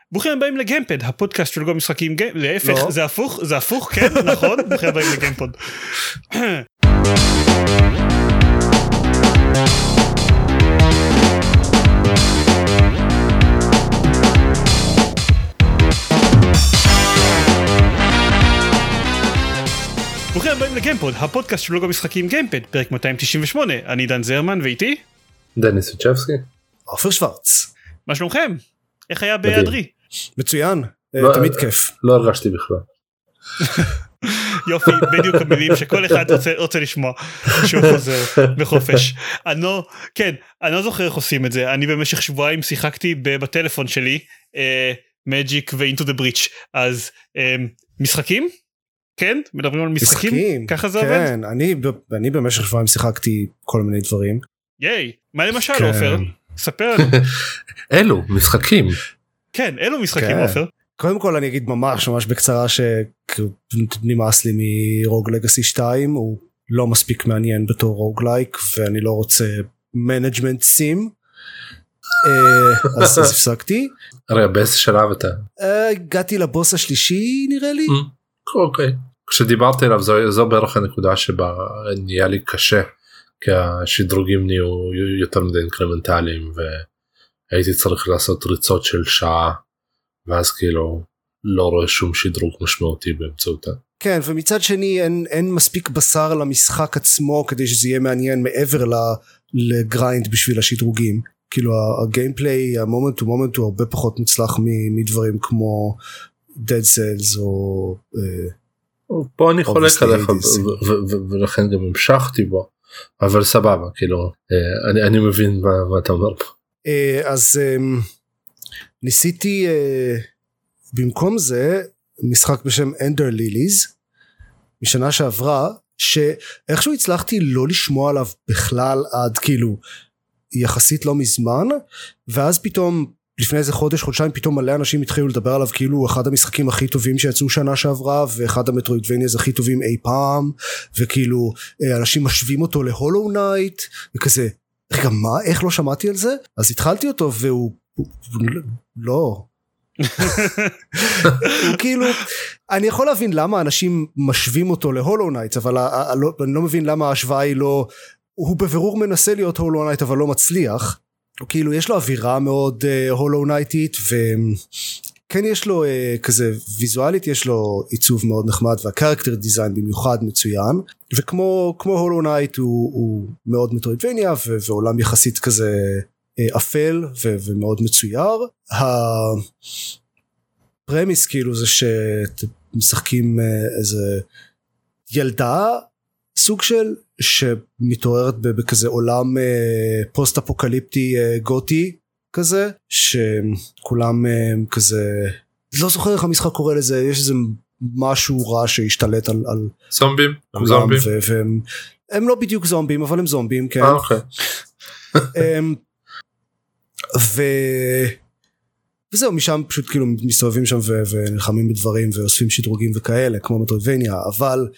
ברוכים הבאים לגיימפד, הפודקאסט של גו משחקים להפך, זה הפוך, כן, נכון, ברוכים הבאים לגיימפוד. ברוכים הבאים לגיימפוד, הפודקאסט של גו משחקים גיימפד, פרק 298, אני דן זרמן ואיתי? דניס צ'בסקי. עופר שוורץ. מה שלומכם? איך היה בהיעדרי? מצוין, תמיד כיף. לא הרגשתי בכלל. יופי, בדיוק המילים שכל אחד רוצה לשמוע שהוא חוזר בחופש. אני לא זוכר איך עושים את זה. אני במשך שבועיים שיחקתי בטלפון שלי מג'יק ו-Into the Breach. אז משחקים? כן? מדברים על משחקים? ככה זה עובד? כן, אני במשך שבועיים שיחקתי כל מיני דברים. ייי, מה למשל עופר? ספר לנו. אלו משחקים. כן, אלו משחקים עופר. קודם כל אני אגיד ממש בקצרה שנמאס לי מרוג לגאסי 2, הוא לא מספיק מעניין בתור רוגלייק ואני לא רוצה מנג'מנט סים, אז הפסקתי. הרי באיזה שלב אתה? הגעתי לבוס השלישי נראה לי. אוקיי, כשדיברתי עליו זו בערך הנקודה שבה נהיה לי קשה, כי השדרוגים נהיו יותר מדי אינקרמנטליים והייתי צריך לעשות ריצות של שעה, ואז כאילו לא רואה שום שדרוג משמעותי באמצעותה. כן, ומצד שני אין מספיק בשר למשחק עצמו כדי שזה יהיה מעניין מעבר לגריינד בשביל השדרוגים. כאילו הגיימפליי, המומנט הוא הרבה פחות מוצלח מדברים כמו Dead Cells או... פה אני חולק עליך ולכן גם המשכתי בו, אבל סבבה, כאילו אני מבין מה אתה אומר פה. אז ניסיתי במקום זה משחק בשם Ender Lilies משנה שעברה, שאיכשהו הצלחתי לא לשמוע עליו בכלל עד כאילו יחסית לא מזמן, ואז פתאום לפני איזה חודשיים פתאום מלא אנשים התחילו לדבר עליו כאילו אחד המשחקים הכי טובים שיצאו שנה שעברה, ואחד המטרוידבניאז הכי טובים אי פעם, וכאילו אנשים משווים אותו להולו נייט וכזה, רגע מה, איך לא שמעתי על זה? אז התחלתי אותו והוא לא הוא כאילו, אני יכול להבין למה אנשים משווים אותו להולו נייט, אבל אני לא מבין למה ההשוואה היא לא, הוא בבירור מנסה להיות הולו נייט אבל לא מצליח. כאילו יש לו אווירה מאוד הולו נייטית, וכן יש לו כזה ויזואלית, יש לו עיצוב מאוד נחמד, והקרקטר דיזיין במיוחד מצוין, וכמו הולו נייט הוא מאוד מטרוידבניה ועולם יחסית כזה אפל ומאוד מצויר. הפרמיס כאילו זה שמשחקים איזה ילדה סוג של שמתעוררת בכזה עולם פוסט אפוקליפטי גותי כזה, שכולם כזה, לא זוכר איך המשחק קורא לזה, יש איזה משהו רע שהשתלט על זומבים, הם לא בדיוק זומבים אבל הם זומבים, כן. אוקיי. וזהו, משם פשוט כאילו מסתובבים שם ונלחמים בדברים ואוספים שדרוגים וכאלה כמו מטרוידבניה, אבל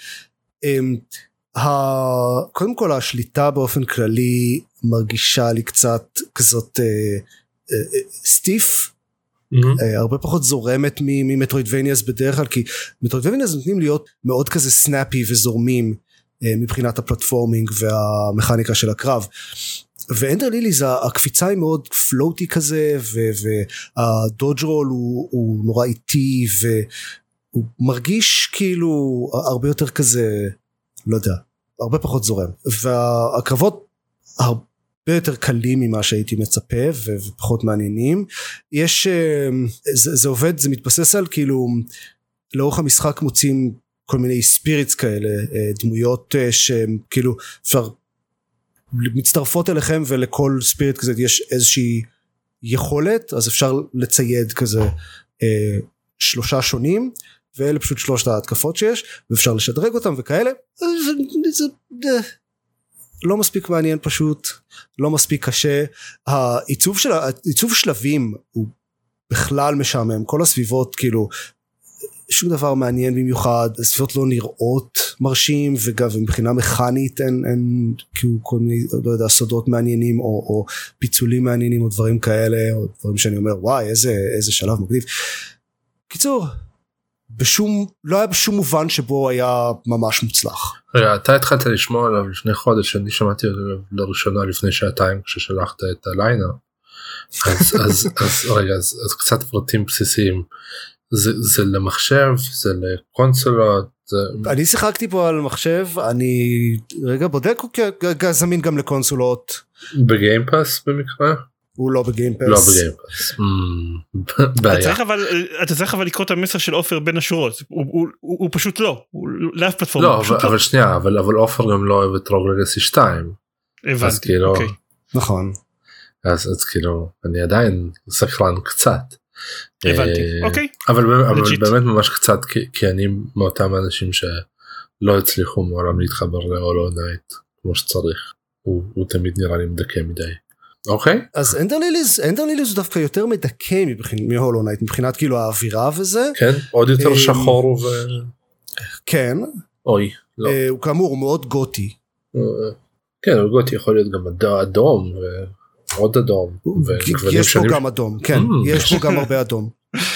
קודם כל השליטה באופן כללי מרגישה לי קצת כזאת סטיף, הרבה פחות זורמת ממטרוידבניאז בדרך כלל, כי מטרוידבניאז נותנים להיות מאוד כזה סנאפי וזורמים מבחינת הפלטפורמינג והמכניקה של הקרב, ואנדר ליליז הקפיצה היא מאוד פלוטי כזה, והדודג' רול הוא נורא איטי, והוא מרגיש כאילו הרבה יותר כזה, לא יודע, הרבה פחות זורם, והקרבות הרבה יותר קלים ממה שהייתי מצפה ופחות מעניינים. יש, זה עובד, זה מתבסס על כאילו לאורך המשחק מוצאים כל מיני ספיריטס כאלה, דמויות שכאילו אפשר מצטרפות אליכם, ולכל ספיריט כזה יש איזושהי יכולת, אז אפשר לצייד כזה 3 שונים, ואלה פשוט 3 ההתקפות שיש, ואפשר לשדרג אותם וכאלה. זה לא מספיק מעניין, פשוט לא מספיק קשה. העיצוב שלבים הוא בכלל משעמם, כל הסביבות כאילו שום דבר מעניין במיוחד, הסביבות לא נראות מרשים, וגם מבחינה מכנית אין כאילו כל מיני, לא יודע, סודות מעניינים או פיצולים מעניינים או דברים כאלה, או דברים שאני אומר וואי איזה שלב מגניב. קיצור, לא היה בשום מובן שבו היה ממש מוצלח. רגע, אתה התחלת לשמוע עליו לפני חודש, אני שמעתי עליו לראשונה לפני שעתיים כששלחת את הליינר, אז רגע, אז קצת פרטים בסיסיים, זה למחשב, זה לקונסולות, אני שיחקתי פה על מחשב, אני רגע בודק, הוא זמין גם לקונסולות. בגיימפאס במקרה? הוא לא בגיימפאס. לא בגיימפאס. בעיה. אתה צריך אבל לקרוא את המסר של אופר בין השורות, הוא פשוט לא, הוא לאף פלטפורמה. לא, אבל שנייה, אבל אופר גם לא אוהב את רוג לגאסי 2. הבנתי, אוקיי. נכון. אז כאילו, אני עדיין סקרן קצת. הבנתי, אוקיי. אבל באמת ממש קצת, כי אני מאותם האנשים שלא הצליחו מעולם להתחבר להולו נייט כמו שצריך. הוא תמיד נראה לי מדכא מדי. אוקיי. אז אנדר ליליז הוא דווקא יותר מדכא מהולו נייט, מבחינת כאילו האווירה וזה. כן, עוד יותר שחור כן. אוי, לא. הוא כאמור, הוא מאוד גותי. כן, הוא גותי יכול להיות גם אדום ועוד אדום. יש פה גם אדום, כן, יש פה גם הרבה אדום.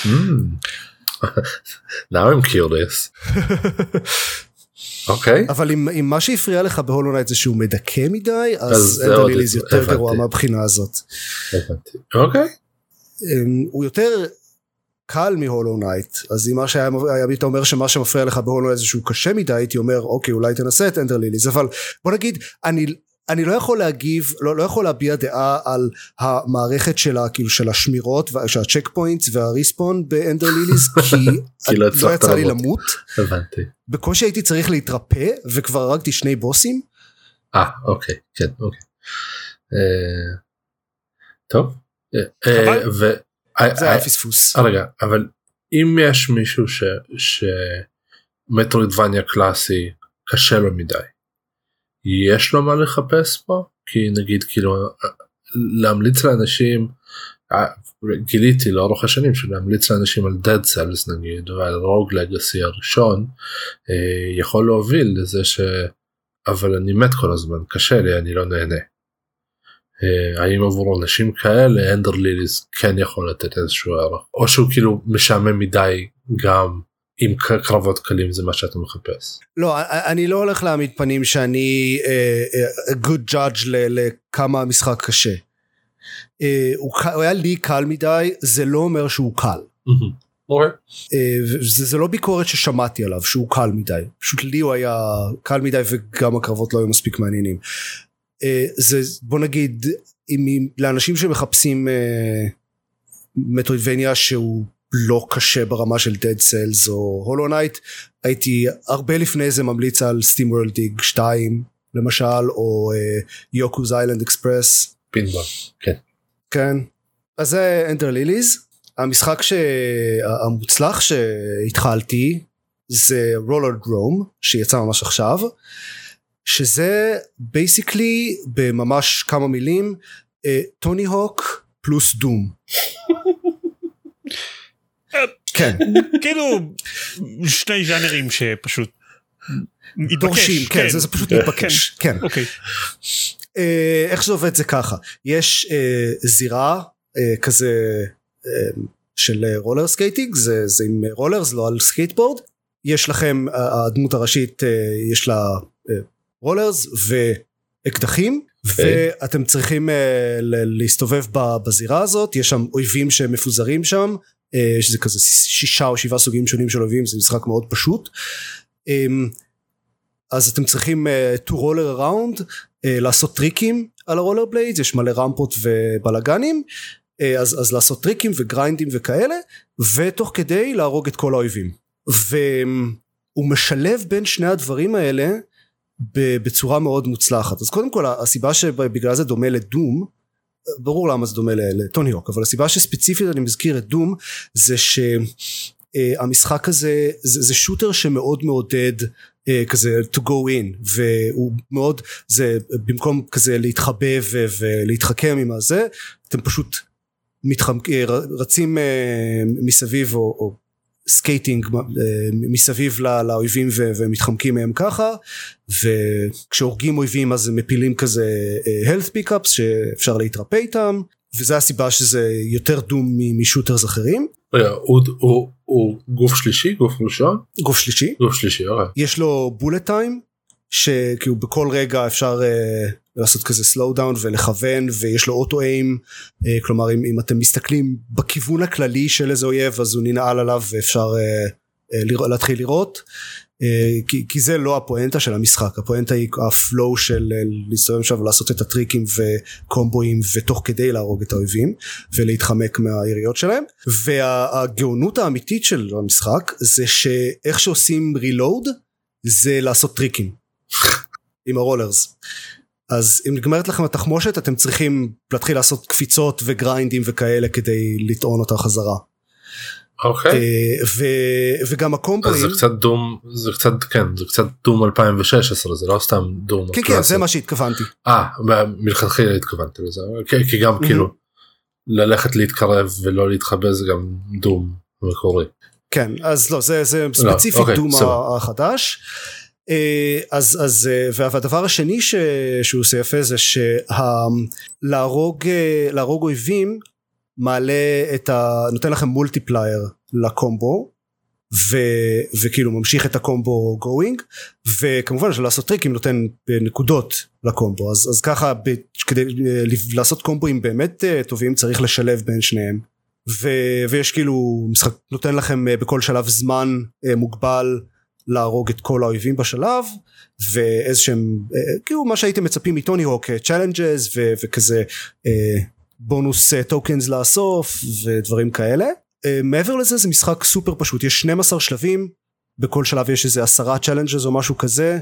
Now I'm curious. אוקיי. אבל אם מה שהפריע לך בהולו נייט זה שהוא מדכא מדי, אז אנדר ליליז יותר גרוע מהבחינה הזאת. הבנתי. אוקיי. הוא יותר קל מהולו נייט, אז אם מה שהיה אתה אומר שמה שמפריע לך בהולו נייט זה שהוא קשה מדי, הייתי אומר אוקיי אולי תנסה את אנדר ליליז, אבל בוא נגיד אני לא יכול להגיב, לא יכול להביע דעה על המערכת שלה, כאילו של השמירות, של הצ'ק פוינטס והריספון באנדר ליליז, כי לא יצא לי למות. הבנתי. בקושי הייתי צריך להתרפא, וכבר הרגתי 2 בוסים. אוקיי, כן, אוקיי. טוב. זה היה פספוס. רגע, אבל אם יש מישהו שמטרוידבניה קלאסי קשה לו מדי, יש לו מה לחפש פה? כי נגיד כאילו להמליץ לאנשים, גיליתי לאורך השנים שלהמליץ לאנשים על Dead Cells נגיד ועל רוג לגאסי הראשון יכול להוביל לזה אבל אני מת כל הזמן, קשה לי, אני לא נהנה. האם עבור אנשים כאלה אנדר ליליז כן יכול לתת איזשהו ערך, או שהוא כאילו משעמם מדי גם אם קרבות קלים זה מה שאתה מחפש? לא, אני לא הולך להעמיד פנים שאני good judge לכמה המשחק קשה. הוא היה לי קל מדי, זה לא אומר שהוא קל. זה לא ביקורת ששמעתי עליו שהוא קל מדי, פשוט לי הוא היה קל מדי וגם הקרבות לא היו מספיק מעניינים. בוא נגיד לאנשים שמחפשים מטרוידבניה שהוא לא קשה ברמה של Dead Cells או הולו נייט, הייתי הרבה לפני זה ממליץ על SteamWorld Dig 2 למשל, או Yoku's Island Express. פינבול, כן. כן. אז זה אנדר ליליז. המשחק המוצלח שהתחלתי זה Rollerdrome שיצא ממש עכשיו, שזה basically בממש כמה מילים טוני הוק פלוס דום. כן. כאילו שני ז'אנרים שפשוט דורשים, כן, זה פשוט מתבקש, כן. אוקיי. איך זה עובד זה ככה, יש זירה כזה של רולר סקייטינג, זה עם רולרס, לא על סקייטבורד, יש לכם, הדמות הראשית יש לה רולרס ואקדחים, ואתם צריכים להסתובב בזירה הזאת, יש שם אויבים שמפוזרים שם, שזה כזה 6 או 7 סוגים שונים של אויבים, זה משחק מאוד פשוט, אז אתם צריכים to roller around, לעשות טריקים על הרולר בליידס, יש מלא רמפות ובלגנים, אז לעשות טריקים וגריינדים וכאלה, ותוך כדי להרוג את כל האויבים, והוא משלב בין שני הדברים האלה, בצורה מאוד מוצלחת. אז קודם כל הסיבה שבגלל זה דומה לדום, ברור למה זה דומה לטוני הוק, אבל הסיבה שספציפית אני מזכיר את דום, זה שהמשחק הזה, זה שוטר שמאוד מעודד כזה to go in, והוא מאוד, זה במקום כזה להתחבב ולהתחכם עם הזה, אתם פשוט רצים מסביב או סקייטינג מסביב לאויבים ומתחמקים מהם ככה, וכשהורגים אויבים אז הם מפילים כזה health pickups שאפשר להתרפא איתם, וזה הסיבה שזה יותר דום משוטרס אחרים. הוא גוף שלישי, גוף ראשון? גוף שלישי. גוף שלישי, אוקיי. יש לו bullet time, שכאילו בכל רגע אפשר לעשות כזה slow down ולכוון, ויש לו auto aim, כלומר אם אתם מסתכלים בכיוון הכללי של איזה אויב, אז הוא ננעל עליו ואפשר להתחיל לראות, כי זה לא הפואנטה של המשחק, הפואנטה היא הפלואו של להסתובב שם ולעשות את הטריקים וקומבואים ותוך כדי להרוג את האויבים ולהתחמק מהיריות שלהם. והגאונות האמיתית של המשחק זה שאיך שעושים רילוד זה לעשות טריקים עם הרולרס. אז אם נגמרת לכם התחמושת אתם צריכים להתחיל לעשות קפיצות וגריינדים וכאלה כדי לטעון אותה חזרה. אוקיי. וגם הקומבואים. אז זה קצת דום, זה קצת דום 2016, זה לא סתם דום. כן, זה מה שהתכוונתי. מלכתחילה התכוונתי לזה, כי גם כאילו ללכת להתקרב ולא להתחבא זה גם דום מקורי. כן, אז לא, זה ספציפית דום החדש. אז והדבר השני שהוא עושה יפה זה שלהרוג אויבים מעלה נותן לכם מולטיפלייר לקומבו וכאילו ממשיך את הקומבו גואינג, וכמובן שלעשות טריקים נותן נקודות לקומבו, אז ככה כדי לעשות קומבואים באמת טובים צריך לשלב בין שניהם, ויש כאילו משחק נותן לכם בכל שלב זמן מוגבל להרוג את כל האויבים בשלב, ואיזשהם כאילו מה שהייתם מצפים מטוני הוק, צ'אלנג'ס וכזה בונוס טוקנס לאסוף ודברים כאלה. מעבר לזה זה משחק סופר פשוט, יש 12 שלבים, בכל שלב יש איזה 10 צ'אלנג'ס או משהו כזה,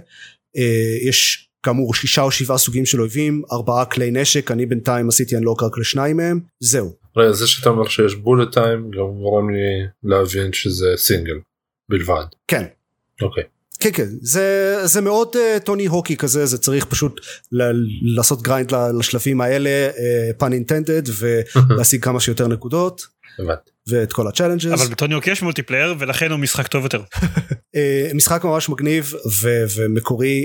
יש כאמור 6 או 7 סוגים של אויבים, 4 כלי נשק, אני בינתיים עשיתי אנלוק רק ל2 מהם, זהו. זה שאתה אומר שיש בולט טיים גם גורם לי להבין שזה סינגל בלבד. כן. אוקיי. כן, זה מאוד טוני הוקי כזה, זה צריך פשוט לעשות גריינד לשלבים האלה, pun intended, ולהשיג כמה שיותר נקודות, ואת כל הצ'אלנג'ס. אבל בטוני הוקי יש מולטיפלייר, ולכן הוא משחק טוב יותר. משחק ממש מגניב, ומקורי,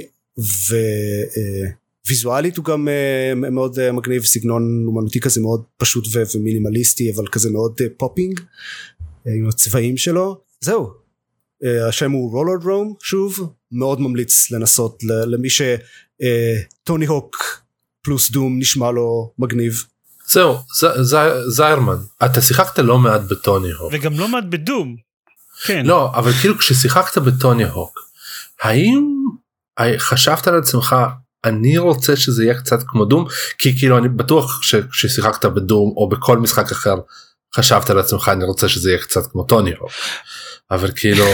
וויזואלית הוא גם מאוד מגניב, סגנון אומנותי כזה מאוד פשוט ומינימליסטי, אבל כזה מאוד פופינג, עם הצבעים שלו, זהו. השם הוא רולרדרום, שוב, מאוד ממליץ לנסות למי שטוני הוק פלוס דום נשמע לו מגניב. זהו, זיירמן, אתה שיחקת לא מעט בטוני הוק. וגם לא מעט בדום. כן. לא, אבל כאילו כששיחקת בטוני הוק, האם חשבת על עצמך, אני רוצה שזה יהיה קצת כמו דום? כי כאילו אני בטוח שכשיחקת בדום או בכל משחק אחר, חשבת על עצמך, אני רוצה שזה יהיה קצת כמו טוני הוק. אבל כאילו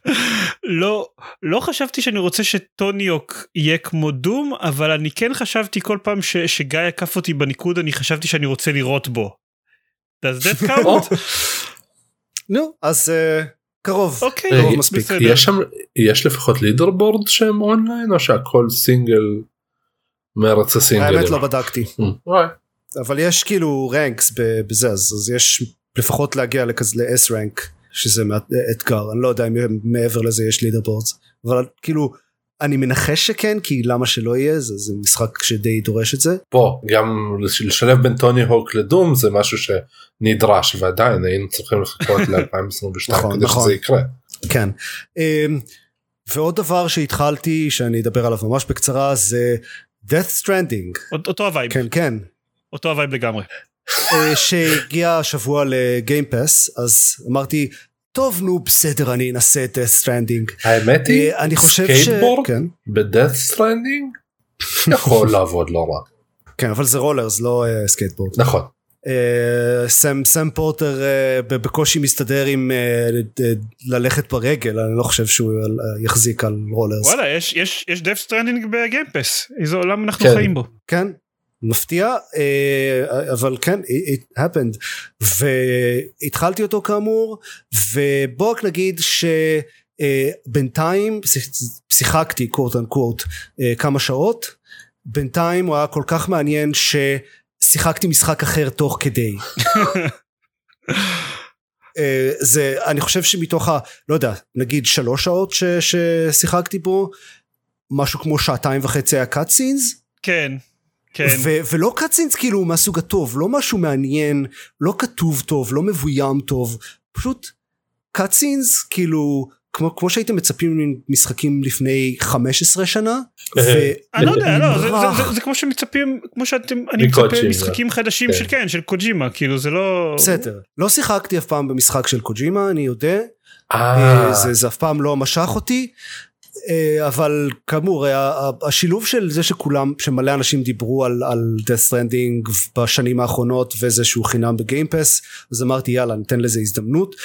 לא חשבתי שאני רוצה שטוני הוק יהיה כמו דום, אבל אני כן חשבתי כל פעם שגיא יקף אותי בניקוד, אני חשבתי שאני רוצה לראות בו. does that count? נו, אז קרוב. אוקיי, יש לפחות לידרבורד שהם אונליין או שהכל סינגל מארץ הסינגלים? האמת לא בדקתי, אבל יש כאילו רנקס בזה, אז יש לפחות להגיע ל-S רנק שזה אתגר, אני לא יודע אם מעבר לזה יש לידרבורדס, אבל כאילו אני מנחש שכן, כי למה שלא יהיה, זה משחק שדי דורש את זה. פה גם לשלב בין טוני הוק לדום זה משהו שנדרש, ועדיין היינו צריכים לחכות ל-2022 כדי שזה יקרה. כן, ועוד דבר שהתחלתי שאני אדבר עליו ממש בקצרה זה Death Stranding. אותו הווייב. כן, כן. אותו הווייב לגמרי. שהגיע השבוע לגיימפס, אז אמרתי טוב נו בסדר אני אנסה את Death Stranding. האמת היא סקייטבורד ב-Death Stranding יכול לעבוד לא רע. כן, אבל זה רולרס לא סקייטבורד. נכון. סם פורטר בקושי מסתדר עם ללכת ברגל, אני לא חושב שהוא יחזיק על רולרס. וואלה, יש Death Stranding בגיימפס, איזה עולם אנחנו חיים בו. כן, מפתיע, אבל כן, it happened, והתחלתי אותו כאמור, ובוא נגיד שבינתיים שיחקתי quote unquote כמה שעות, בינתיים הוא היה כל כך מעניין שיחקתי משחק אחר תוך כדי. זה, אני חושב שמתוך לא יודע, נגיד 3 שעות ששיחקתי בו, משהו כמו 2.5 היה קאטסינס. כן, כן. ולא קאטסינס כאילו מהסוג הטוב, לא משהו מעניין, לא כתוב טוב, לא מבוים טוב, פשוט קאטסינס כאילו, כמו שהייתם מצפים ממשחקים לפני 15 שנה. אני לא יודע, זה כמו שמצפים, כמו אני מצפה משחקים חדשים של קוג'ימה, כאילו זה לא... בסדר, לא שיחקתי אף פעם במשחק של קוג'ימה, אני יודע, זה אף פעם לא משך אותי, אבל כאמור השילוב של זה שמלא אנשים דיברו על Death Stranding בשנים האחרונות וזה שהוא חינם בגיימפס, אז אמרתי יאללה ניתן לזה הזדמנות,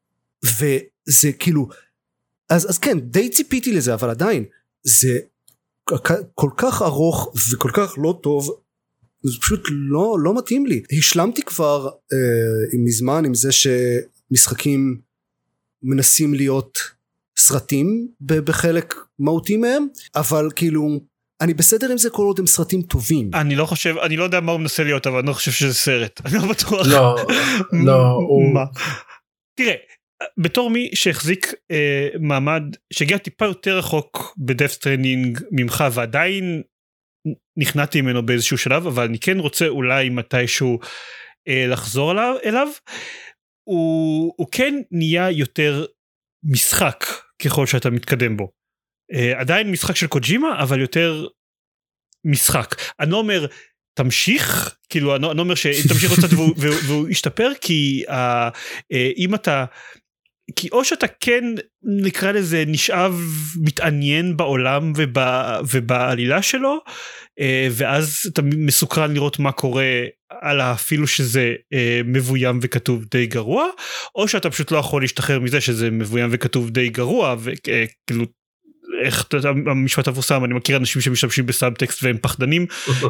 וזה כאילו אז כן די ציפיתי לזה, אבל עדיין זה כל כך ארוך וכל כך לא טוב, זה פשוט לא מתאים לי. השלמתי כבר מזמן עם זה שמשחקים מנסים להיות סרטים בחלק מהותי מהם, אבל כאילו אני בסדר עם זה כל עוד הם סרטים טובים. אני לא חושב, אני לא יודע מה הוא מנסה להיות, אבל אני לא חושב שזה סרט, אני לא בטוח. לא. תראה, בתור מי שהחזיק מעמד, שהגיע טיפה יותר רחוק בדף סטרנינג ממך, ועדיין נכנעתי ממנו באיזשהו שלב, אבל אני כן רוצה אולי מתישהו לחזור אליו, הוא כן נהיה יותר משחק ככל שאתה מתקדם בו. עדיין משחק של קוג'ימה, אבל יותר משחק. אני לא אומר תמשיך, כאילו אני אומר שתמשיך קצת והוא ישתפר, כי אם אתה, כי או שאתה כן נקרא לזה נשאב מתעניין בעולם ובעלילה שלו, ואז אתה מסוקרן לראות מה קורה על אפילו שזה מבוים וכתוב די גרוע, או שאתה פשוט לא יכול להשתחרר מזה שזה מבוים וכתוב די גרוע, וכאילו איך המשפט המפורסם, אני מכיר אנשים שמשתמשים בסאבטקסט והם פחדנים,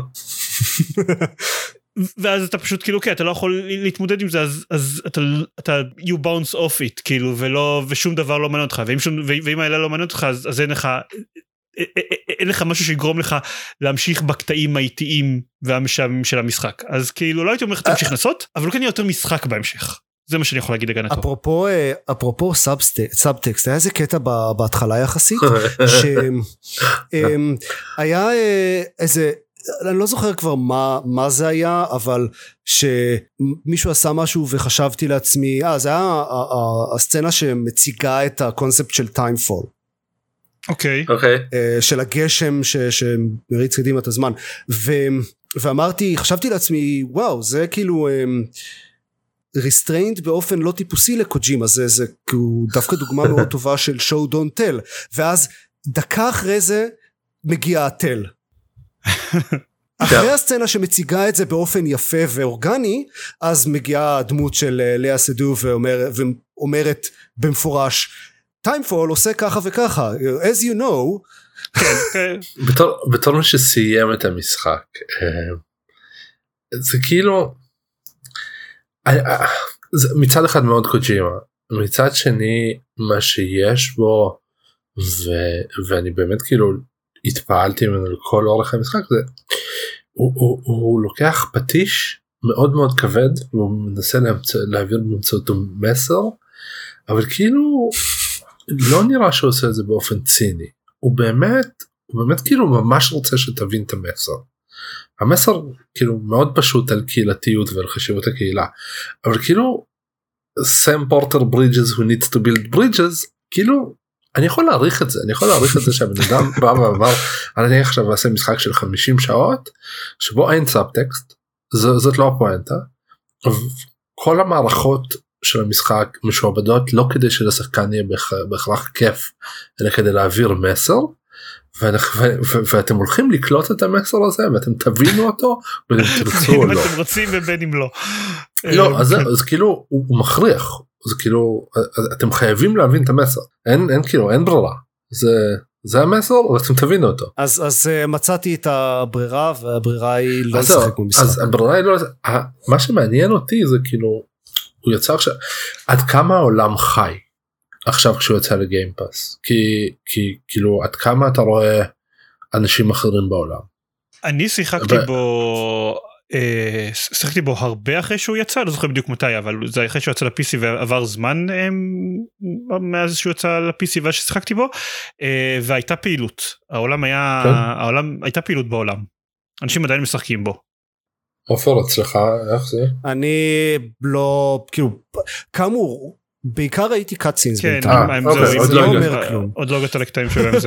ואז אתה פשוט כאילו, אתה לא יכול להתמודד עם זה, אז אתה you bounce off it, כאילו, ושום דבר לא מעניין אותך, ואם האלה לא מעניין אותך, אז אין לך משהו שיגרום לך להמשיך בקטעים האיטיים והמשעממים של המשחק. אז כאילו לא הייתי אומר לך תמשיך לנסות, אבל לא כן יהיה יותר משחק בהמשך. זה מה שאני יכול להגיד לגנתו. אפרופו סאבטקסט, היה איזה קטע בהתחלה יחסית, שהיה איזה, אני לא זוכר כבר מה זה היה, אבל שמישהו עשה משהו וחשבתי לעצמי, זה היה הסצנה שמציגה את הקונספט של טיימפול. אוקיי. של הגשם שמריץ קדימה את הזמן, ואמרתי, חשבתי לעצמי, וואו, זה כאילו restrained באופן לא טיפוסי לקוג'ימה, זה דווקא דוגמה מאוד טובה של show don't tell, ואז דקה אחרי זה מגיע הטל. אחרי הסצנה שמציגה את זה באופן יפה ואורגני, אז מגיעה הדמות של לאה סדו ואומרת במפורש, טיימפול עושה ככה וככה, as you know. בתור מי שסיים את המשחק, זה כאילו, מצד אחד מאוד קוג'ימה, מצד שני מה שיש בו, ואני באמת כאילו התפעלתי ממנו לכל אורך המשחק, הוא לוקח פטיש מאוד מאוד כבד, והוא מנסה להעביר באמצעותו מסר, אבל כאילו לא נראה שהוא עושה את זה באופן ציני, הוא באמת כאילו ממש רוצה שתבין את המסר. המסר כאילו מאוד פשוט על קהילתיות ועל חשיבות הקהילה, אבל כאילו Sam Porter Bridges who needs to build bridges, כאילו אני יכול להעריך את זה, שהבן אדם בא ואמר, אני עכשיו אעשה משחק של 50 שעות, שבו אין סאבטקסט, זאת לא הפואנטה, כל המערכות של המשחק משועבדות לא כדי שלשחקן יהיה בהכרח כיף, אלא כדי להעביר מסר, ואתם הולכים לקלוט את המסר הזה, ואתם תבינו אותו, בין אם תרצו או לא. אם אתם רוצים ובין אם לא. לא, אז כאילו הוא מכריח, אז כאילו אתם חייבים להבין את המסר, אין ברירה, זה המסר, ואתם תבינו אותו. אז מצאתי את הברירה, והברירה היא לא לשחק במשחק. אז הברירה היא לא, מה שמעניין אותי זה כאילו, הוא יצא עכשיו, עד כמה העולם חי, עכשיו כשהוא יוצא לגיימפאס, כי כאילו עד כמה אתה רואה אנשים אחרים בעולם. אני שיחקתי בו שיחקתי בו הרבה אחרי שהוא יצא, לא זוכר בדיוק מתי, אבל זה אחרי שהוא יצא ל-PC ועבר זמן מאז שהוא יצא ל-PC ואז ששיחקתי בו, והייתה פעילות, הייתה פעילות בעולם, אנשים עדיין משחקים בו. עופר, אצלך, איך זה? אני לא, כאילו, כאמור, בעיקר ראיתי קאטסינס, כן, עוד לא הגעת לקטעים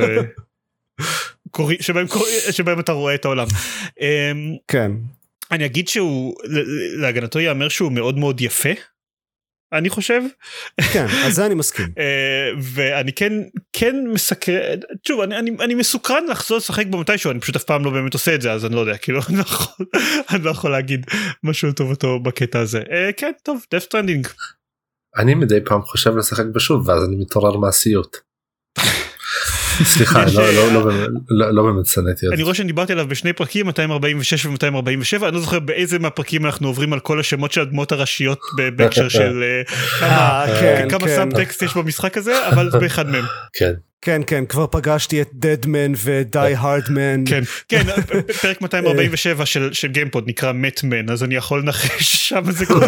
שבהם אתה רואה את העולם. כן. אני אגיד שהוא, להגנתו יאמר שהוא מאוד מאוד יפה, אני חושב. כן, אז זה אני מסכים. ואני כן מסקרן, שוב, אני מסוקרן לחזור לשחק בו מתישהו, אני פשוט אף פעם לא באמת עושה את זה, אז אני לא יודע, כאילו, אני לא יכול להגיד משהו טוב אותו בקטע הזה. כן, טוב, Death Stranding. אני מדי פעם חושב לשחק בשוב, ואז אני מתעורר מעשיות. סליחה, לא באמת שנאתי. אני רואה שאני דיברתי עליו בשני פרקים, 246 ו-247, אני לא זוכר באיזה מהפרקים אנחנו עוברים על כל השמות של הדמות הראשיות בהקשר של כמה סאבטקסט יש במשחק הזה, אבל זה באחד מהם. כן, כבר פגשתי את דדמן ודי הרדמן. כן, פרק 247 של גיימפוד נקרא מטמן, אז אני יכול לנחש שם זה קורה.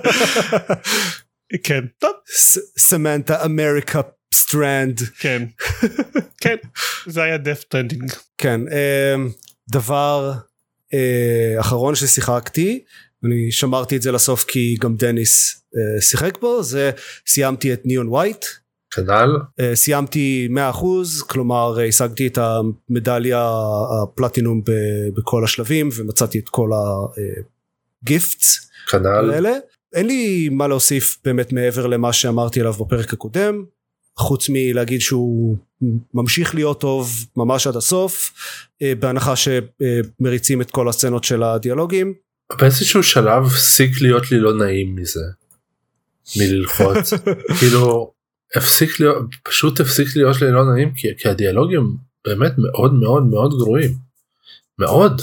כן, טוב. סמנטה אמריקה סטרנד. כן, כן, זה היה Death Stranding. כן, דבר אחרון ששיחקתי, אני שמרתי את זה לסוף כי גם דניס שיחק בו, זה סיימתי את ניאון ווייט. כנ"ל. סיימתי 100%, כלומר השגתי את המדליה הפלטינום בכל השלבים, ומצאתי את כל הגיפטס. כנ"ל. אין לי מה להוסיף באמת מעבר למה שאמרתי עליו בפרק הקודם, חוץ מלהגיד שהוא ממשיך להיות טוב ממש עד הסוף, בהנחה שמריצים את כל הסצנות של הדיאלוגים. באיזשהו שלב הפסיק להיות לי לא נעים מזה, מללחוץ, כאילו פשוט הפסיק להיות לי לא נעים, כי הדיאלוגים באמת מאוד מאוד מאוד גרועים, מאוד,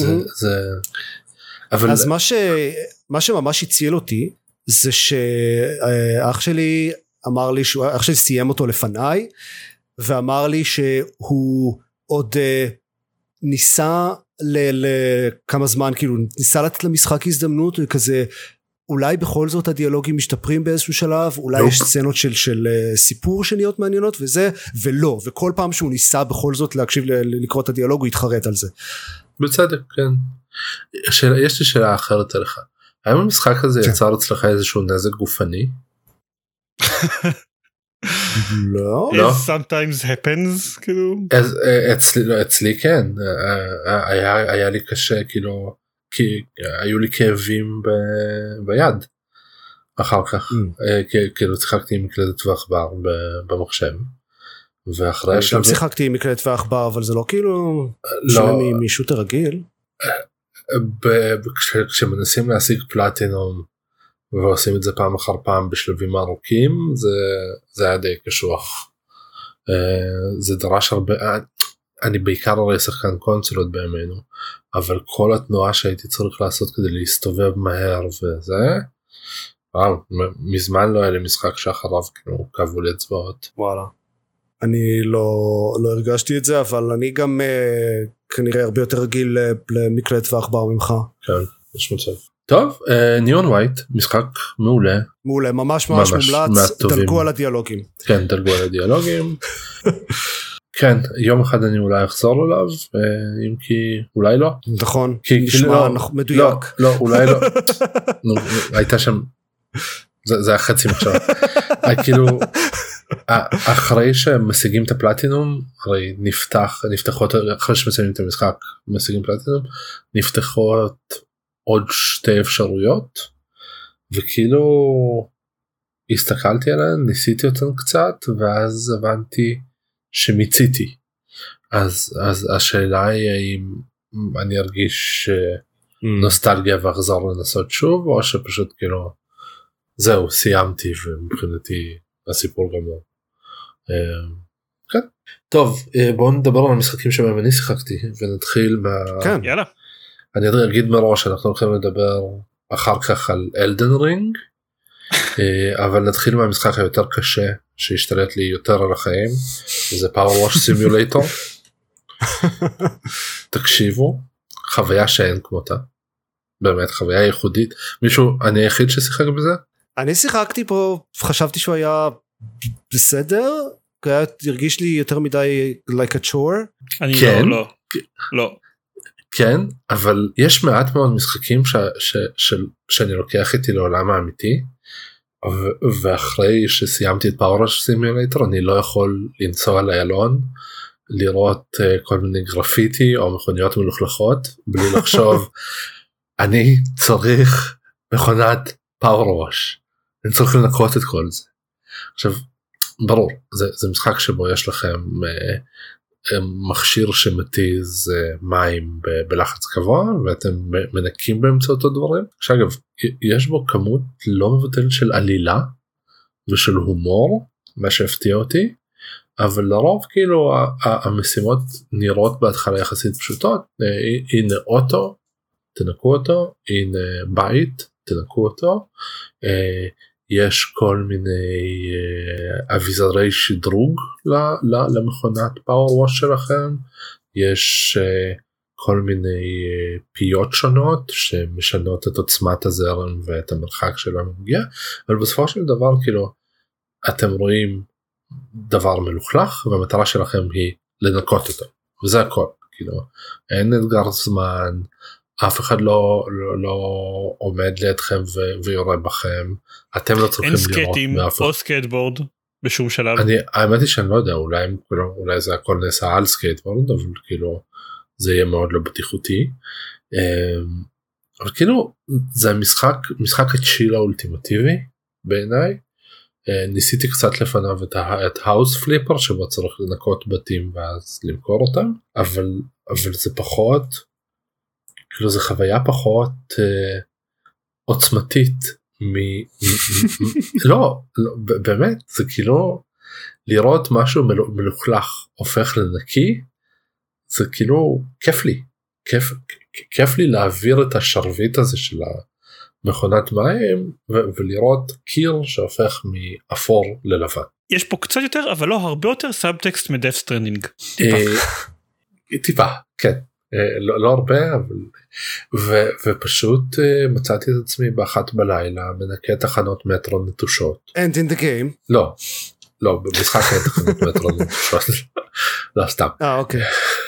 אז מה שממש הציל אותי, זה שאח שלי אמר לי, אח שלי סיים אותו לפניי, ואמר לי שהוא עוד ניסה לכמה זמן, כאילו ניסה לתת למשחק הזדמנות, וכזה, אולי בכל זאת הדיאלוגים משתפרים באיזשהו שלב, אולי יש סצנות של סיפור שנהיות מעניינות וזה, ולא, וכל פעם שהוא ניסה בכל זאת להקשיב לקרוא את הדיאלוג, הוא יתחרט על זה. בצדק, כן. יש לי שאלה אחרת עליך. האם המשחק הזה יצר אצלך איזשהו נזק גופני? לא. sometimes happens, כאילו. אצלי כן. היה לי קשה, כאילו, כי היו לי כאבים ביד. אחר כך, כאילו שיחקתי עם מקלדת ועכבר במחשב. ואחרי גם שיחקתי עם מקלדת ועכבר, אבל זה לא כאילו שונה משוטר רגיל. כשמנסים להשיג פלטינום ועושים את זה פעם אחר פעם בשלבים ארוכים, זה היה די קשוח. זה דרש הרבה, אני בעיקר הרי שחקן קונסולות בימינו, אבל כל התנועה שהייתי צריך לעשות כדי להסתובב מהר וזה, מזמן לא היה לי משחק שאחריו כאילו כאבו לי אצבעות. וואלה. אני לא הרגשתי את זה, אבל אני גם כנראה הרבה יותר רגיל למקלט ועכבר ממך. כן, יש מצב. טוב, ניאון ווייט, משחק מעולה. מעולה, ממש מומלץ, דלגו על הדיאלוגים. כן, דלגו על הדיאלוגים. כן, יום אחד אני אולי אחזור אליו, אם כי אולי לא. נכון, נשמע מדויק. לא, אולי לא. הייתה שם, זה היה חצי מחשב. כאילו, אחרי שמשיגים את הפלטינום, הרי נפתחות, אחרי שמסיימים את המשחק, משיגים פלטינום, נפתחות עוד שתי אפשרויות, וכאילו הסתכלתי עליהן, ניסיתי אותן קצת, ואז הבנתי שמיציתי. אז השאלה היא האם אני ארגיש נוסטלגיה ואחזור לנסות שוב, או שפשוט כאילו זהו, סיימתי ומבחינתי הסיפור גמור. כן. טוב, בואו נדבר על המשחקים שבהם אני שיחקתי ונתחיל כן, יאללה. אני אגיד מראש, אנחנו הולכים לדבר אחר כך על אלדן רינג, אבל נתחיל מהמשחק היותר קשה שהשתלט לי יותר על החיים, זה פאוור וואש סימולטור. תקשיבו, חוויה שאין כמותה. באמת חוויה ייחודית. מישהו, אני היחיד ששיחק בזה? אני שיחקתי פה, חשבתי שהוא היה בסדר, הרגיש לי יותר מדי like a chore. אני כן, לא. כן, אבל יש מעט מאוד משחקים שאני לוקח איתי לעולם האמיתי, ואחרי שסיימתי את פאוור סימולטור אני לא יכול לנסוע לאיילון, לראות כל מיני גרפיטי או מכוניות מלוכלכות, בלי לחשוב, אני צריך מכונת פאוור וואש, אני צריך לנקות את כל זה. עכשיו, ברור, זה משחק שבו יש לכם מכשיר שמתיז מים בלחץ גבוה, ואתם מנקים באמצעות הדברים. שאגב, יש בו כמות לא מבוטלת של עלילה, ושל הומור, מה שהפתיע אותי, אבל לרוב כאילו המשימות נראות בהתחלה יחסית פשוטות. הנה אוטו, תנקו אותו, הנה בית, תנקו אותו, יש כל מיני אביזרי שדרוג למכונת פאוור וואש שלכם, יש כל מיני פיות שונות שמשנות את עוצמת הזרם ואת המרחק שלו מגיע, אבל בסופו של דבר כאילו אתם רואים דבר מלוכלך והמטרה שלכם היא לנקות אותו, וזה הכל. כאילו אין אתגר זמן, אף אחד לא עומד לידכם ויורה בכם, אתם לא צריכים לראות. אין סקייטים או סקייטבורד בשום שלב. האמת היא שאני לא יודע, אולי זה הכל נעשה על סקייטבורד, אבל כאילו זה יהיה מאוד לא בטיחותי. אבל כאילו זה משחק הצ'יל האולטימטיבי בעיניי. ניסיתי קצת לפניו את האוס פליפר שבו צריך לנקות בתים ואז למכור אותם, אבל זה פחות, כאילו זה חוויה פחות עוצמתית לא, באמת זה כאילו לראות משהו מלוכלך הופך לנקי, זה כאילו כיף לי להעביר את השרביט הזה של מכונת מים ולראות קיר שהופך מאפור ללבן. יש פה קצת יותר אבל לא הרבה יותר סאבטקסט מדף סטרנדינג. טיפה, כן. לא הרבה, אבל ופשוט מצאתי את עצמי באחת בלילה מנקה תחנות מטרו נטושות. And in the game? לא, במשחק אין תחנות מטרו נטושות. לא, סתם. אוקיי.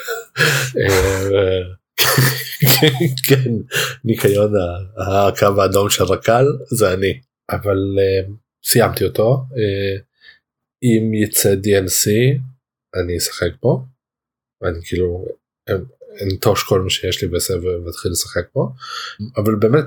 כן, ניקיון הקו האדום של רקל זה אני, אבל סיימתי אותו. אם יצא DLC אני אשחק פה, אני כאילו נטוש כל מה שיש לי בסבב ואתחיל לשחק פה, אבל באמת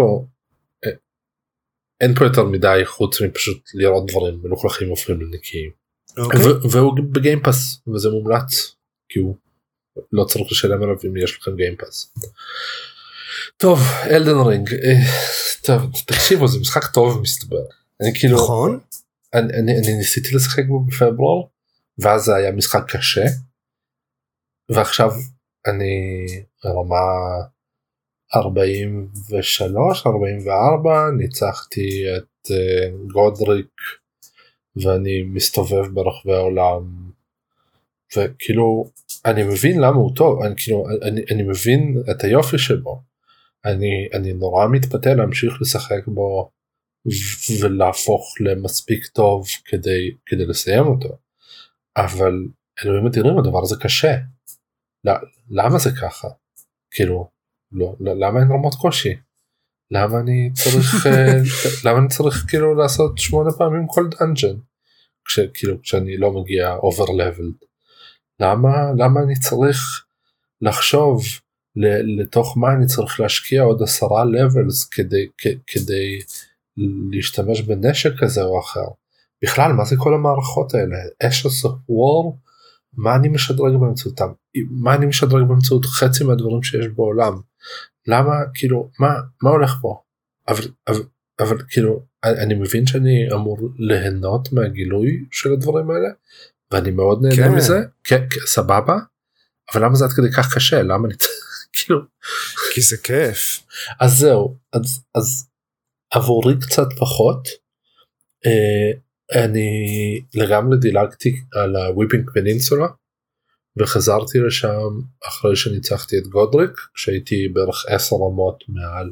אין פה יותר מדי חוץ מפשוט לראות דברים מלוכלכים הופכים לנקיים. והוא בגיימפאס וזה מומלץ, כי הוא לא צריך לשלם עליו אם יש לכם גיימפאס. טוב, אלדן רינג, טוב, תקשיבו, זה משחק טוב מסתבר. נכון? אני ניסיתי לשחק בו בפברואר, ואז זה היה משחק קשה, ועכשיו אני רמה 43, 44, ניצחתי את גודריק, ואני מסתובב ברחבי העולם, וכאילו, אני מבין למה הוא טוב, אני מבין את היופי שבו, אני נורא מתפתה להמשיך לשחק בו, ולהפוך למספיק טוב כדי לסיים אותו, אבל אלוהים אדירים, הדבר הזה קשה. למה זה ככה? כאילו, לא, למה אין רמות קושי? למה אני צריך כאילו לעשות 8 פעמים כל דאנג'ן? כשאני לא מגיע overleveled. למה אני צריך לחשוב לתוך מה אני צריך להשקיע עוד 10 levels כדי להשתמש בנשק כזה או אחר? בכלל, מה זה כל המערכות האלה? Ashes of War? מה אני משדרג באמצעותם? מה אני משדרג באמצעות חצי מהדברים שיש בעולם? למה, כאילו, מה הולך פה? אבל כאילו, אני מבין שאני אמור ליהנות מהגילוי של הדברים האלה, ואני מאוד נהנה מזה, סבבה, אבל למה זה עד כדי כך קשה? למה אני כאילו... כי זה כיף. אז זהו, אז עבורי קצת פחות, אני לגמרי דילגתי על הוויפינג פנינסולה, וחזרתי לשם אחרי שניצחתי את גודריק, כשהייתי בערך 10 רמות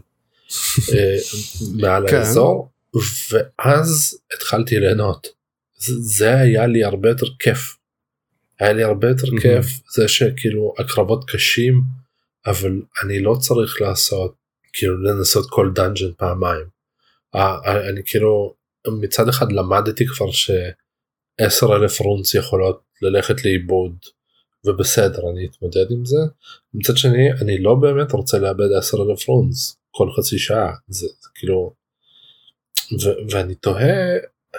מעל האזור, ואז התחלתי ליהנות. זה היה לי הרבה יותר כיף. היה לי הרבה יותר כיף, זה שכאילו הקרבות קשים, אבל אני לא צריך לנסות כל דאנג'ן פעמיים. אני כאילו, מצד אחד למדתי כבר ש10,000 רונס יכולות ללכת לאיבוד, ובסדר, אני אתמודד עם זה. מצד שני, אני לא באמת רוצה לאבד 10,000 רונס כל חצי שעה. זה כאילו, ואני תוהה,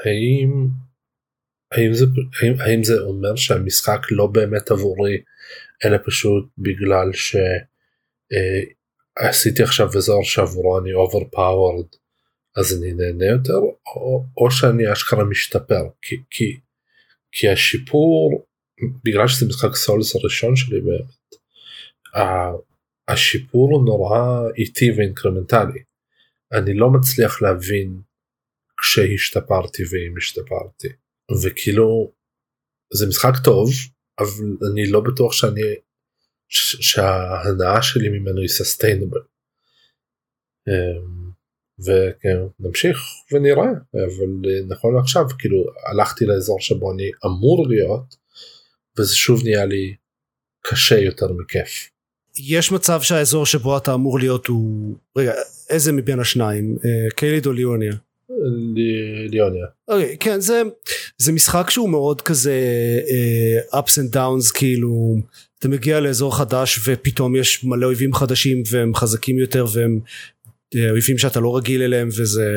האם זה אומר שהמשחק לא באמת עבורי, אלא פשוט בגלל שעשיתי עכשיו אזור שעבורו אני overpowered, אז אני נהנה יותר, או שאני אשכרה משתפר, כי השיפור, בגלל שזה משחק סולס הראשון שלי באמת, השיפור הוא נורא איטי ואינקרמנטלי. אני לא מצליח להבין כשהשתפרתי ואם השתפרתי, וכאילו זה משחק טוב, אבל אני לא בטוח שההנאה שלי ממנו היא sustainable. וכן, נמשיך ונראה, אבל נכון עכשיו כאילו הלכתי לאזור שבו אני אמור להיות, וזה שוב נהיה לי קשה יותר מכיף. יש מצב שהאזור שבו אתה אמור להיות הוא, רגע, איזה מבין השניים, קיילד או ליוניה? ליוניה. אוקיי, כן, זה משחק שהוא מאוד כזה ups and downs, כאילו אתה מגיע לאזור חדש ופתאום יש מלא אויבים חדשים והם חזקים יותר והם אויבים שאתה לא רגיל אליהם וזה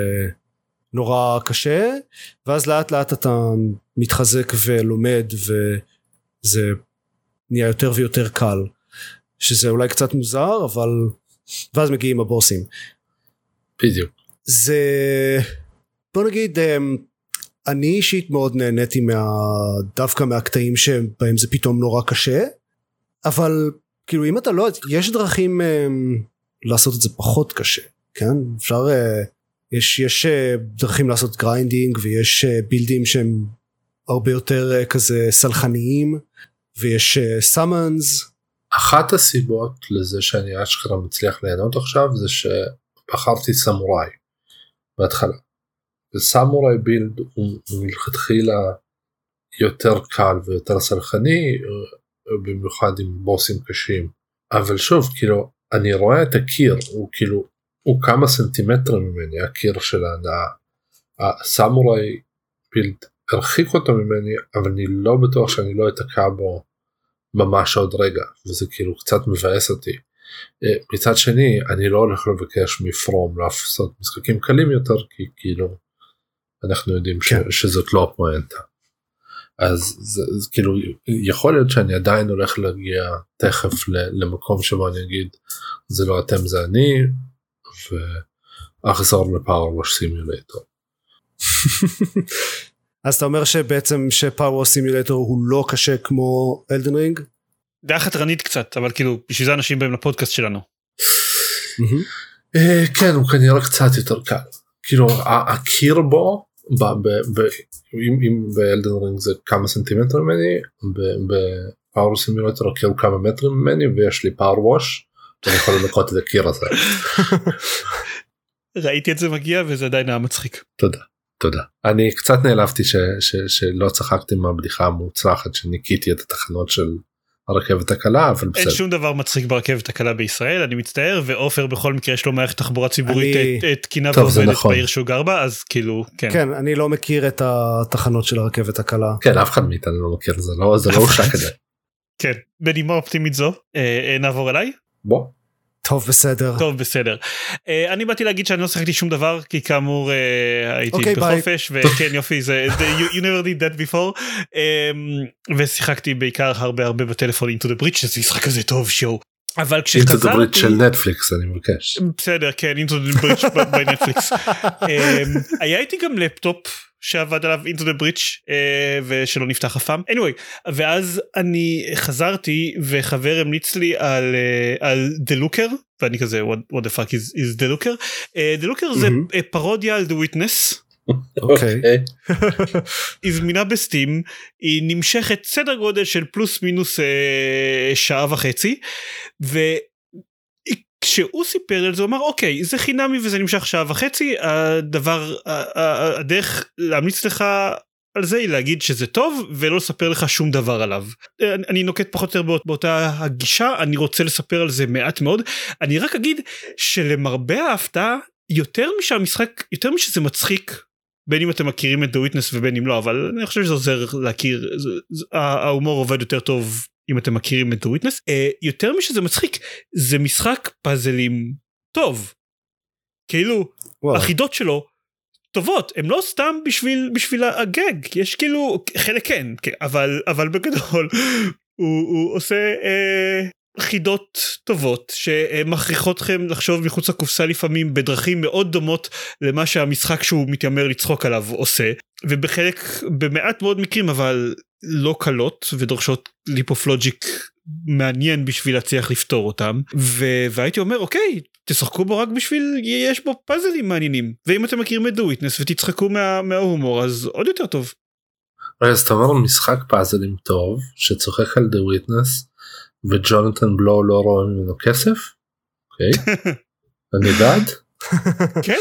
נורא קשה, ואז לאט לאט אתה מתחזק ולומד וזה נהיה יותר ויותר קל, שזה אולי קצת מוזר, אבל ואז מגיעים הבוסים. בדיוק. זה, בוא נגיד, אני אישית מאוד נהניתי דווקא מהקטעים שבהם זה פתאום נורא קשה, אבל כאילו אם אתה לא, יש דרכים לעשות את זה פחות קשה, כן? אפשר, יש דרכים לעשות גריינדינג, ויש בילדים שהם הרבה יותר כזה סלחניים, ויש סאמנס. אחת הסיבות לזה שאני אשכרה מצליח ליהנות עכשיו, זה שבחרתי סמוראי בהתחלה. וסמוראי בילד הוא מלכתחילה יותר קל ויותר סלחני, במיוחד עם בוסים קשים. אבל שוב, כאילו, אני רואה את הקיר, הוא כאילו, הוא כמה סנטימטרים ממני, הקיר של ההנאה. הסמוראי בילד הרחיק אותו ממני, אבל אני לא בטוח שאני לא אתקע בו ממש עוד רגע, וזה כאילו קצת מבאס אותי. מצד שני, אני לא הולך לבקש מפרום לעשות משחקים קלים יותר, כי כאילו, אנחנו יודעים שזאת לא הפואנטה. אז כאילו, יכול להיות שאני עדיין הולך להגיע תכף למקום שבו אני אגיד, זה לא אתם, זה אני, ואחזור לפאוור ווש סימולטור. אז אתה אומר שבעצם שפאוור ווש סימולטור הוא לא קשה כמו אלדן רינג? דעה חתרנית קצת, אבל כאילו, בשביל זה אנשים באים לפודקאסט שלנו. כן, הוא כנראה קצת יותר קל. כאילו, הקיר בו, אם באלדן רינג זה כמה סנטימטר ממני, בפאוור סימולטור הקיר הוא כמה מטרים ממני, ויש לי פאוור ווש, ואני יכול לנקות את הקיר הזה. ראיתי את זה מגיע, וזה עדיין היה מצחיק. תודה. אני קצת נעלבתי שלא צחקתי מהבדיחה המוצלחת, שניקיתי את התחנות של הרכבת הקלה, אבל בסדר. אין שום דבר מצחיק ברכבת הקלה בישראל, אני מצטער, ואופר בכל מקרה יש לו מערכת תחבורה ציבורית תקינה ועובדת בעיר שהוא גר בה, אז כאילו, כן. כן, אני לא מכיר את התחנות של הרכבת הקלה. כן, אף אחד מאיתנו לא מכיר, זה לא הושק את זה. כן, בנימה אופטימית זו, נעבור אליי? בוא. טוב בסדר. אני באתי להגיד שאני לא שחקתי שום דבר, כי כאמור הייתי בחופש, וכן יופי, זה you never did that before, ושיחקתי בעיקר הרבה בטלפון Into the Breach, שזה משחק כזה טוב שואו. אבל כשחזרתי... Into the Breach של נטפליקס, אני מבקש. בסדר, כן, Into the Breach בנטפליקס. היה איתי גם לפטופ שעבד עליו Into the Breach, ושלא נפתח אף פעם. anyway, ואז אני חזרתי, וחבר המליץ לי על The Looker, ואני כזה, what the fuck is The Looker? The Looker זה פרודיה על The Witness, אוקיי. היא זמינה בסטים, היא נמשכת סדר גודל של פלוס מינוס שעה וחצי, וכשהוא סיפר על זה הוא אמר אוקיי זה חינמי וזה נמשך שעה וחצי, הדרך להמליץ לך על זה היא להגיד שזה טוב ולא לספר לך שום דבר עליו. אני נוקט פחות או יותר באותה הגישה, אני רוצה לספר על זה מעט מאוד, אני רק אגיד שלמרבה ההפתעה יותר משזה מצחיק, בין אם אתם מכירים את The Witness ובין אם לא, אבל אני חושב שזה עוזר להכיר, ההומור עובד יותר טוב אם אתם מכירים את The Witness, יותר משזה מצחיק, זה משחק פאזלים טוב, כאילו החידות שלו טובות, הם לא סתם בשביל הגג, יש כאילו חלק כן, אבל בגדול הוא עושה חידות טובות שמכריחות אתכם לחשוב מחוץ לקופסה לפעמים בדרכים מאוד דומות למה שהמשחק שהוא מתיימר לצחוק עליו עושה, במעט מאוד מקרים אבל לא קלות ודורשות ליפ אוף לוג'יק מעניין בשביל להצליח לפתור אותם, והייתי אומר אוקיי תשחקו בו רק בשביל יש בו פאזלים מעניינים, ואם אתם מכירים את The Witness ותצחקו מההומור אז עוד יותר טוב. אז אתה אומר משחק פאזלים טוב שצוחק על The Witness וג'ונתן בלו לא רואה ממנו כסף? אוקיי, אני בעד. כן,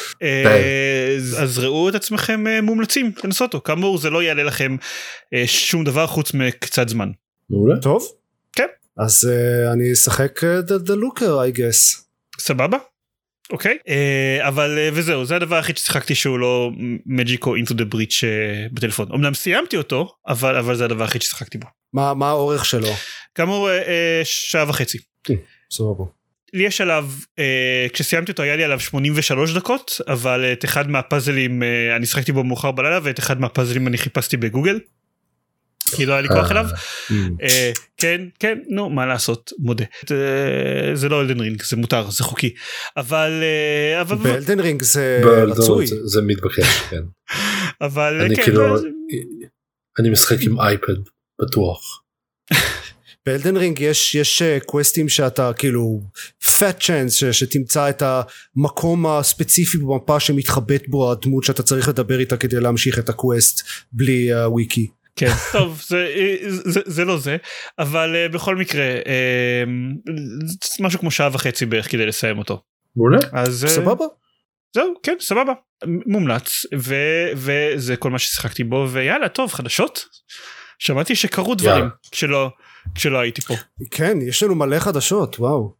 אז ראו את עצמכם מומלצים לנסות אותו, כאמור זה לא יעלה לכם שום דבר חוץ מקצת זמן. מעולה. טוב. כן. אז אני אשחק The Looker I guess. סבבה? אוקיי, אבל וזהו, זה הדבר הכי ששיחקתי שהוא לא Magic או Into the Breach בטלפון. אמנם סיימתי אותו, אבל זה הדבר הכי ששיחקתי בו. מה האורך שלו? כאמור שעה וחצי. סבבה. לי יש עליו, כשסיימתי אותו היה לי עליו 83 דקות, אבל את אחד מהפאזלים, אני שחקתי בו מאוחר בלילה, ואת אחד מהפאזלים אני חיפשתי בגוגל, כי לא היה לי כוח אליו. כן, נו, מה לעשות, מודה. זה לא אלדן רינג, זה מותר, זה חוקי. אבל באלדן רינג זה רצוי. זה מתבקש, כן. אבל אני כן. כאילו, אני משחק עם אייפד, בטוח. באלדן רינג יש קווסטים שאתה כאילו fat chance שתמצא את המקום הספציפי במפה שמתחבט בו הדמות שאתה צריך לדבר איתה כדי להמשיך את הקווסט בלי וויקי. כן, טוב, זה לא זה, אבל בכל מקרה, משהו כמו שעה וחצי בערך כדי לסיים אותו. מעולה. אז סבבה? זהו, כן, סבבה. מומלץ, וזה כל מה ששיחקתי בו, ויאללה, טוב, חדשות. שמעתי שקרו דברים כשלא הייתי פה. כן, יש לנו מלא חדשות, וואו.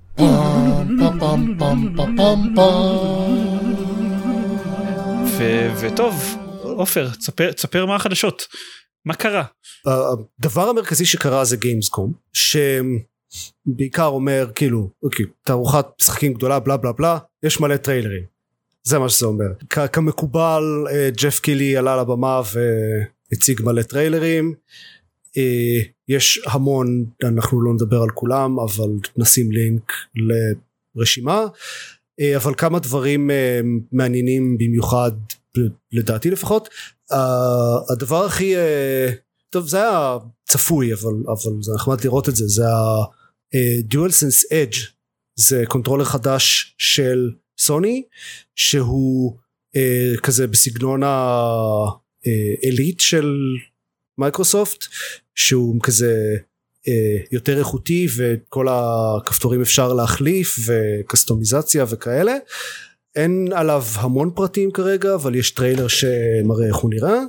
וטוב, עופר, תספר מה החדשות. מה קרה? הדבר המרכזי שקרה זה גיימסקום, שבעיקר אומר כאילו, אוקיי, תערוכת משחקים גדולה בלה בלה בלה, יש מלא טריילרים. זה מה שזה אומר. כמקובל, ג'ף קילי עלה לבמה והציג מלא טריילרים. יש המון, אנחנו לא נדבר על כולם, אבל נשים לינק לרשימה. אבל כמה דברים מעניינים במיוחד, לדעתי לפחות. הדבר הכי טוב, זה היה צפוי, אבל זה נחמד לראות את זה, זה ה-DualSense Edge, זה קונטרולר חדש של סוני, שהוא כזה בסגנון האליט של מייקרוסופט, שהוא כזה יותר איכותי, וכל הכפתורים אפשר להחליף, וקסטומיזציה וכאלה. אין עליו המון פרטים כרגע, אבל יש טריילר שמראה איך הוא נראה,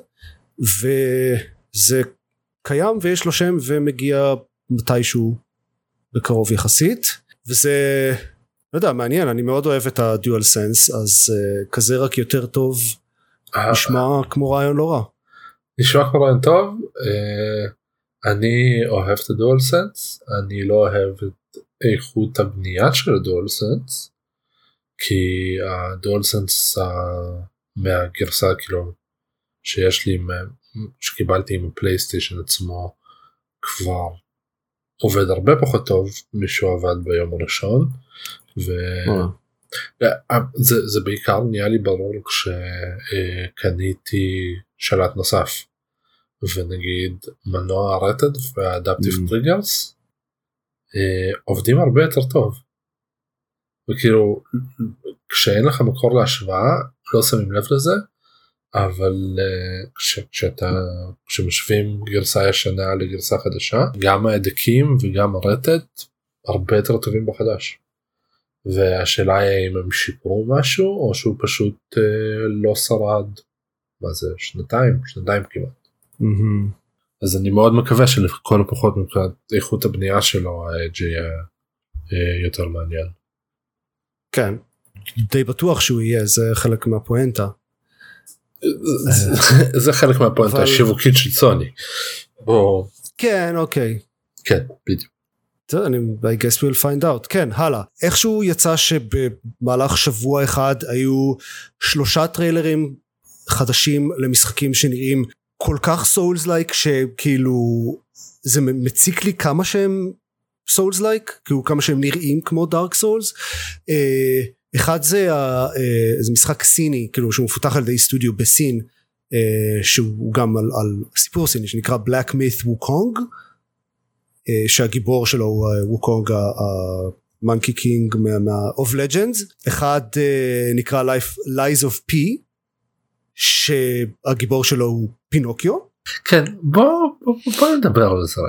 וזה קיים ויש לו שם ומגיע מתישהו בקרוב יחסית, וזה, לא יודע, מעניין, אני מאוד אוהב את הדיואל סנס, אז כזה רק יותר טוב, נשמע כמו רעיון לא רע. נשמע כמו רעיון טוב, אני אוהב את הדיואל סנס, אני לא אוהב את איכות הבנייה של הדיואל סנס, כי הדואלסנס מהגרסה כאילו שיש לי, שקיבלתי עם הפלייסטיישן עצמו, כבר עובד הרבה פחות טוב משהו עבד ביום הראשון, וזה בעיקר נהיה לי ברור כשקניתי שלט נוסף, ונגיד מנוע רטד והאדפטיב טריגרס עובדים הרבה יותר טוב, וכאילו כשאין לך מקור להשוואה לא שמים לב לזה, אבל כשמשווים גרסה ישנה לגרסה חדשה, גם ההדקים וגם הרטט הרבה יותר טובים בחדש. והשאלה היא אם הם שיפרו משהו או שהוא פשוט לא שרד, מה זה, שנתיים כמעט. אז אני מאוד מקווה שלכל הפחות מבחינת איכות הבנייה שלו ה-Edge יהיה יותר מעניין. כן, די בטוח שהוא יהיה, זה חלק מהפואנטה. זה חלק מהפואנטה השיווקית של סוני. כן, אוקיי. כן, בדיוק. I guess we'll find out. כן, הלאה. איכשהו יצא שבמהלך שבוע אחד היו 3 טריילרים חדשים למשחקים שנראים כל כך סולס-לייק, שכאילו זה מציק לי כמה שהם סולס-לייק, כאילו כמה שהם נראים כמו דארק סולס. אחד זה משחק סיני, כאילו שהוא מפותח על ידי סטודיו בסין, שהוא גם על סיפור סיני שנקרא Black Myth Wukong, שהגיבור שלו הוא ווקונג המונקי קינג of Legends. אחד נקרא Lies of P, שהגיבור שלו הוא פינוקיו. כן, בוא נדבר על זה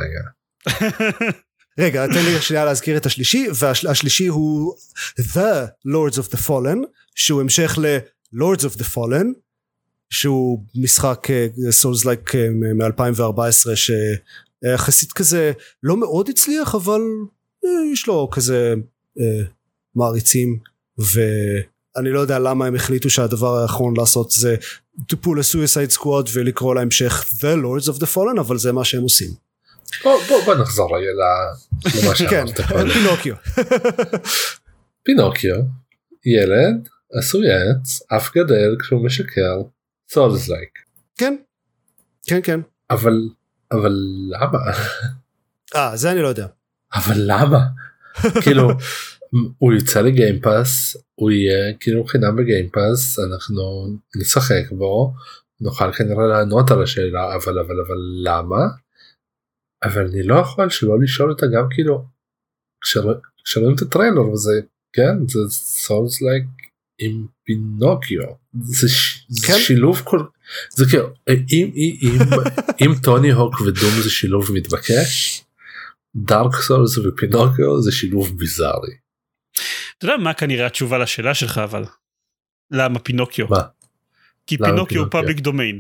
רגע, תן לי שנייה להזכיר את השלישי, והשלישי הוא The Lords of the Fallen, שהוא המשך ל-Lords of the Fallen, שהוא משחק Souls-like מ-2014, שיחסית כזה לא מאוד הצליח, אבל יש לו כזה מעריצים, ואני לא יודע למה הם החליטו שהדבר האחרון לעשות זה to pull a suicide squad ולקרוא להמשך The Lords of the Fallen, אבל זה מה שהם עושים. בוא נחזור למה שאמרת. כן, פינוקיו. פינוקיו, ילד, עשוי עץ, אף גדל כשהוא משקר, סולס-לייק. כן, כן, כן. אבל למה? זה אני לא יודע. אבל למה? כאילו, הוא יוצא לגיימפאס, הוא יהיה כאילו חינם בגיימפאס, אנחנו נשחק בו, נוכל כנראה לענות על השאלה, אבל למה? אבל אני לא יכול שלא לשאול אותה גם כאילו, כשרואים את הטריילר וזה, כן, זה סולס-לייק עם פינוקיו, זה שילוב כל, זה כאילו, אם טוני הוק ודום זה שילוב מתבקש, דארק סולס ופינוקיו זה שילוב ביזארי. אתה יודע מה כנראה התשובה לשאלה שלך, אבל למה פינוקיו? מה? כי פינוקיו הוא פאבליק דומיין.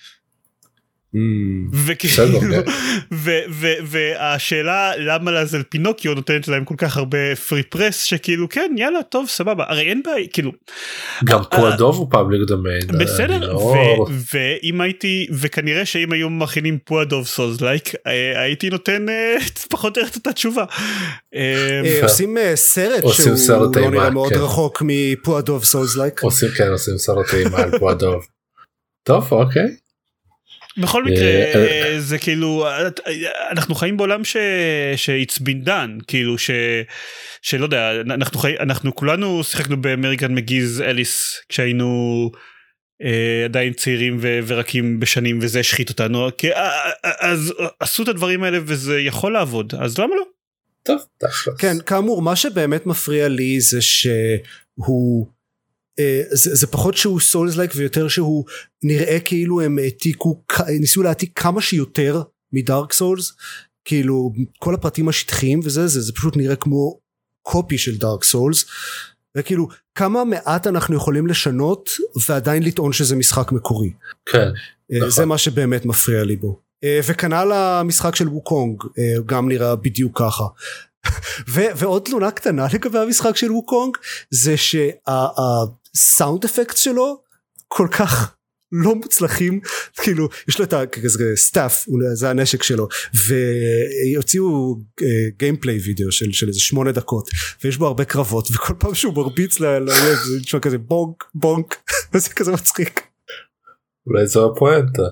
והשאלה למה לעזל פינוקיו נותנת להם כל כך הרבה פרי פרס, שכאילו כן יאללה טוב סבבה, הרי אין בעיה, כאילו גם פועדוב הוא פאבליק דומיין בסדר, ואם הייתי, וכנראה שאם היו מכינים פועדוב סולס-לייק הייתי נותן פחות או יותר את התשובה. עושים סרט שהוא לא נראה מאוד רחוק מפועדוב סולס-לייק. עושים סרט אימה על פועדוב. טוב, אוקיי. בכל מקרה זה כאילו אנחנו חיים בעולם ש-it's been done, כאילו שלא יודע, אנחנו כולנו שיחקנו באמריקן מגיז אליס כשהיינו עדיין צעירים ורקים בשנים, וזה השחית אותנו, אז עשו את הדברים האלה וזה יכול לעבוד, אז למה לא? טוב, כן, כאמור, מה שבאמת מפריע לי זה שהוא זה פחות שהוא סולס-לייק ויותר שהוא נראה כאילו הם ניסו להעתיק כמה שיותר מדארק סולס, כאילו כל הפרטים השטחיים וזה, זה פשוט נראה כמו קופי של דארק סולס, וכאילו כמה מעט אנחנו יכולים לשנות ועדיין לטעון שזה משחק מקורי. כן. זה מה שבאמת מפריע לי בו. וכנ"ל המשחק של ווקונג, גם נראה בדיוק ככה. ועוד תלונה קטנה לגבי המשחק של ווקונג, זה שהסאונד אפקט שלו כל כך לא מוצלחים, כאילו יש לו את הסטאף, זה הנשק שלו, ויוציאו גיימפליי וידאו של איזה 8 דקות, ויש בו הרבה קרבות, וכל פעם שהוא מרביץ לאויב, זה נשמע כזה בונק בונק, וזה כזה מצחיק. אולי זו הפואנטה.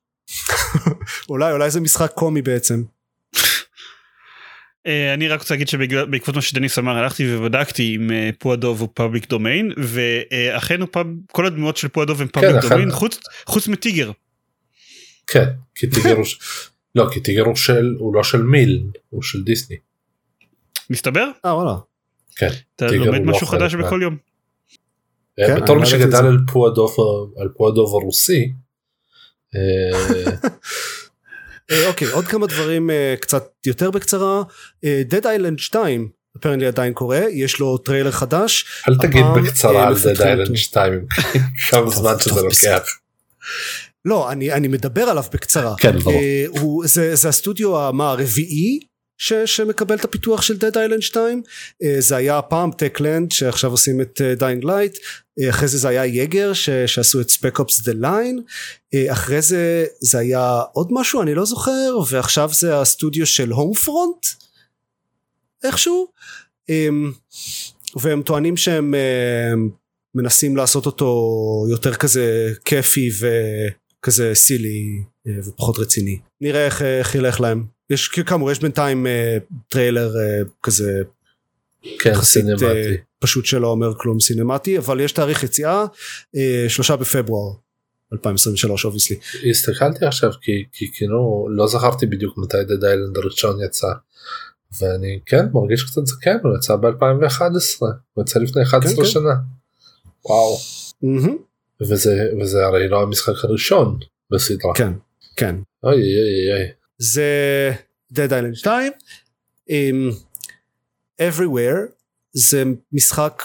אולי זה משחק קומי בעצם. אני רק רוצה להגיד שבעקבות מה שדניס אמר, הלכתי ובדקתי אם פועדוב הוא פאבליק דומיין, ואכן כל הדמויות של פועדוב הם פאבליק דומיין, חוץ מטיגר. כן, כי טיגר הוא לא של מיל, הוא של דיסני. מסתבר? וואלה. כן. אתה לומד משהו חדש בכל יום. בתור מי שגדל על פועדוב הרוסי. אוקיי, עוד כמה דברים קצת יותר בקצרה. Dead Island 2 apparently עדיין קורה, יש לו טריילר חדש. אל תגיד בקצרה על Dead Island 2 כמה זמן שזה לוקח. לא, אני מדבר עליו בקצרה. כן, זה הסטודיו הרביעי שמקבל את הפיתוח של Dead Island 2. זה היה פעם Techland שעכשיו עושים את Dying Light, אחרי זה היה יגר שעשו את Spec Ops The Line, אחרי זה היה עוד משהו אני לא זוכר, ועכשיו זה הסטודיו של Homefront איכשהו, והם טוענים שהם מנסים לעשות אותו יותר כזה כיפי וכזה סילי ופחות רציני. נראה איך ילך להם. יש כאמור, יש בינתיים טריילר כזה סינמטי, פשוט שלא אומר כלום סינמטי, אבל יש תאריך יציאה 3 בפברואר 2023 אובייסלי. הסתכלתי עכשיו כי כאילו לא זכרתי בדיוק מתי Dead Island הראשון יצא, ואני כן מרגיש קצת זקן, הוא יצא ב-2011, הוא יצא לפני 11 שנה. וואו. וזה הרי לא המשחק הראשון בסדרה. כן. אוי. זה Dead Island 2. Everywhere זה משחק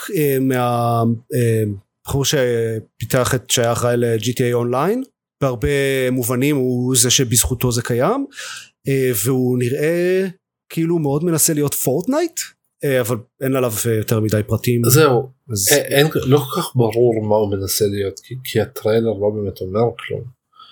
מהבחור שפיתח את שייך ל-GTA Online, בהרבה מובנים הוא זה שבזכותו זה קיים, והוא נראה כאילו מאוד מנסה להיות פורטנייט, אבל אין עליו יותר מדי פרטים. זהו, לא כל כך ברור מה הוא מנסה להיות, כי הטריילר לא באמת אומר כלום.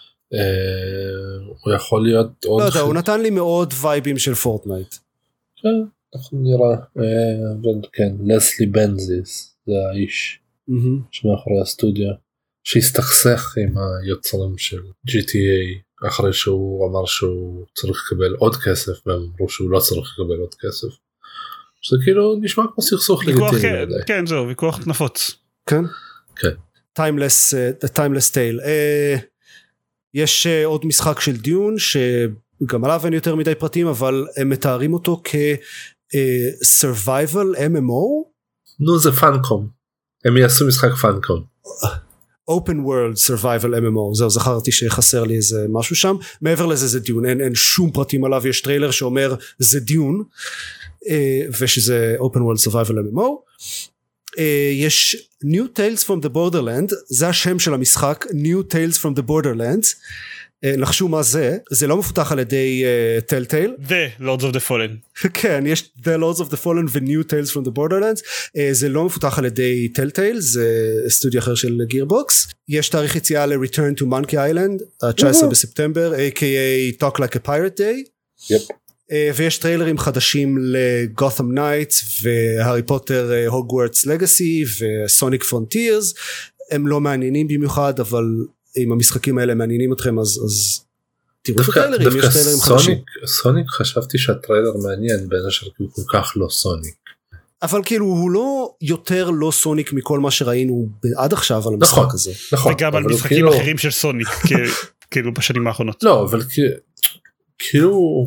הוא יכול להיות עוד... לא יודע, הוא נתן לי מאוד וייבים של פורטנייט. כן, אנחנו נראה. אבל כן, לסלי בנזיס, זה האיש שמאחורי הסטודיו, שהסתכסך עם היוצרים של GTA, אחרי שהוא אמר שהוא צריך לקבל עוד כסף, והם אמרו שהוא לא צריך לקבל עוד כסף. שזה כאילו נשמע כמו סכסוך לגיטימי. כן, זהו, ויכוח נפוץ. כן? כן. Timeless Tale. יש עוד משחק של דיון, שגם עליו אין יותר מדי פרטים, אבל הם מתארים אותו כ-survival MMO. נו, זה פאנקום. הם יעשו משחק פאנקום. open world survival MMO, זהו, זכרתי שחסר לי איזה משהו שם. מעבר לזה זה דיון, אין שום פרטים עליו, יש טריילר שאומר זה דיון, ושזה open world survival MMO. יש New Tales from the Borderlands, זה השם של המשחק, New Tales from the Borderlands. נחשו מה זה לא מפותח על ידי Telltale. The Lords of the Fallen. כן, יש The Lords of the Fallen ו-New Tales from the Borderlands. זה לא מפותח על ידי Telltale, זה סטודיו אחר של גירבוקס. יש תאריך יציאה ל-Return to Monkey Island, ה-19 בספטמבר, a.k.a. Talk Like a Pirate Day. יפ. ויש טריילרים חדשים לגות'ם נייטס והארי פוטר הוגוורטס לגאסי וסוניק פרונטירס. הם לא מעניינים במיוחד, אבל אם המשחקים האלה מעניינים אתכם אז תראו את הטריילרים. יש טריילרים חדשים. סוניק חשבתי שהטריילר מעניין, בין השאר כי הוא כל כך לא סוניק, אבל כאילו הוא לא יותר לא סוניק מכל מה שראינו עד עכשיו על המשחק הזה. נכון, וגם על משחקים אחרים של סוניק כאילו בשנים האחרונות. לא, אבל כאילו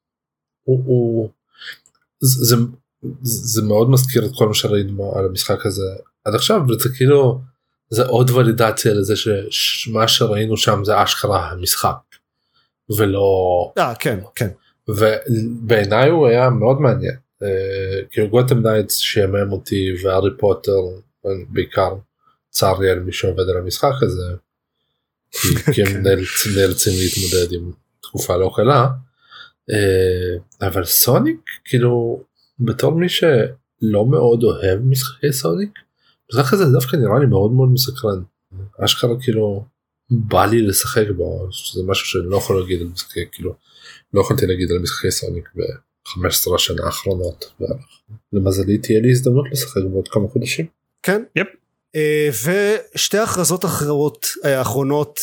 זה מאוד מזכיר את כל מה שראינו על המשחק הזה עד עכשיו, וזה כאילו זה עוד ולידציה לזה שמה שראינו שם זה אשכרה המשחק ולא כן. ובעיניי הוא היה מאוד מעניין, כאילו גות'ם נייטס שימם אותי, והארי פוטר בעיקר צר לי על מי שעובד על המשחק הזה, כי הם נאלצים להתמודד עם תקופה לא קלה. אבל סוניק, כאילו בתור מי שלא מאוד אוהב משחקי סוניק, המשחק הזה דווקא נראה לי מאוד מאוד מסקרן. אשכרה כאילו בא לי לשחק בו, שזה משהו שאני לא יכול להגיד על משחקי, כאילו לא יכולתי להגיד על משחקי סוניק ב-15 השנה האחרונות בערך. למזלי תהיה לי הזדמנות לשחק בעוד כמה חודשים. כן. יפ. ושתי הכרזות האחרונות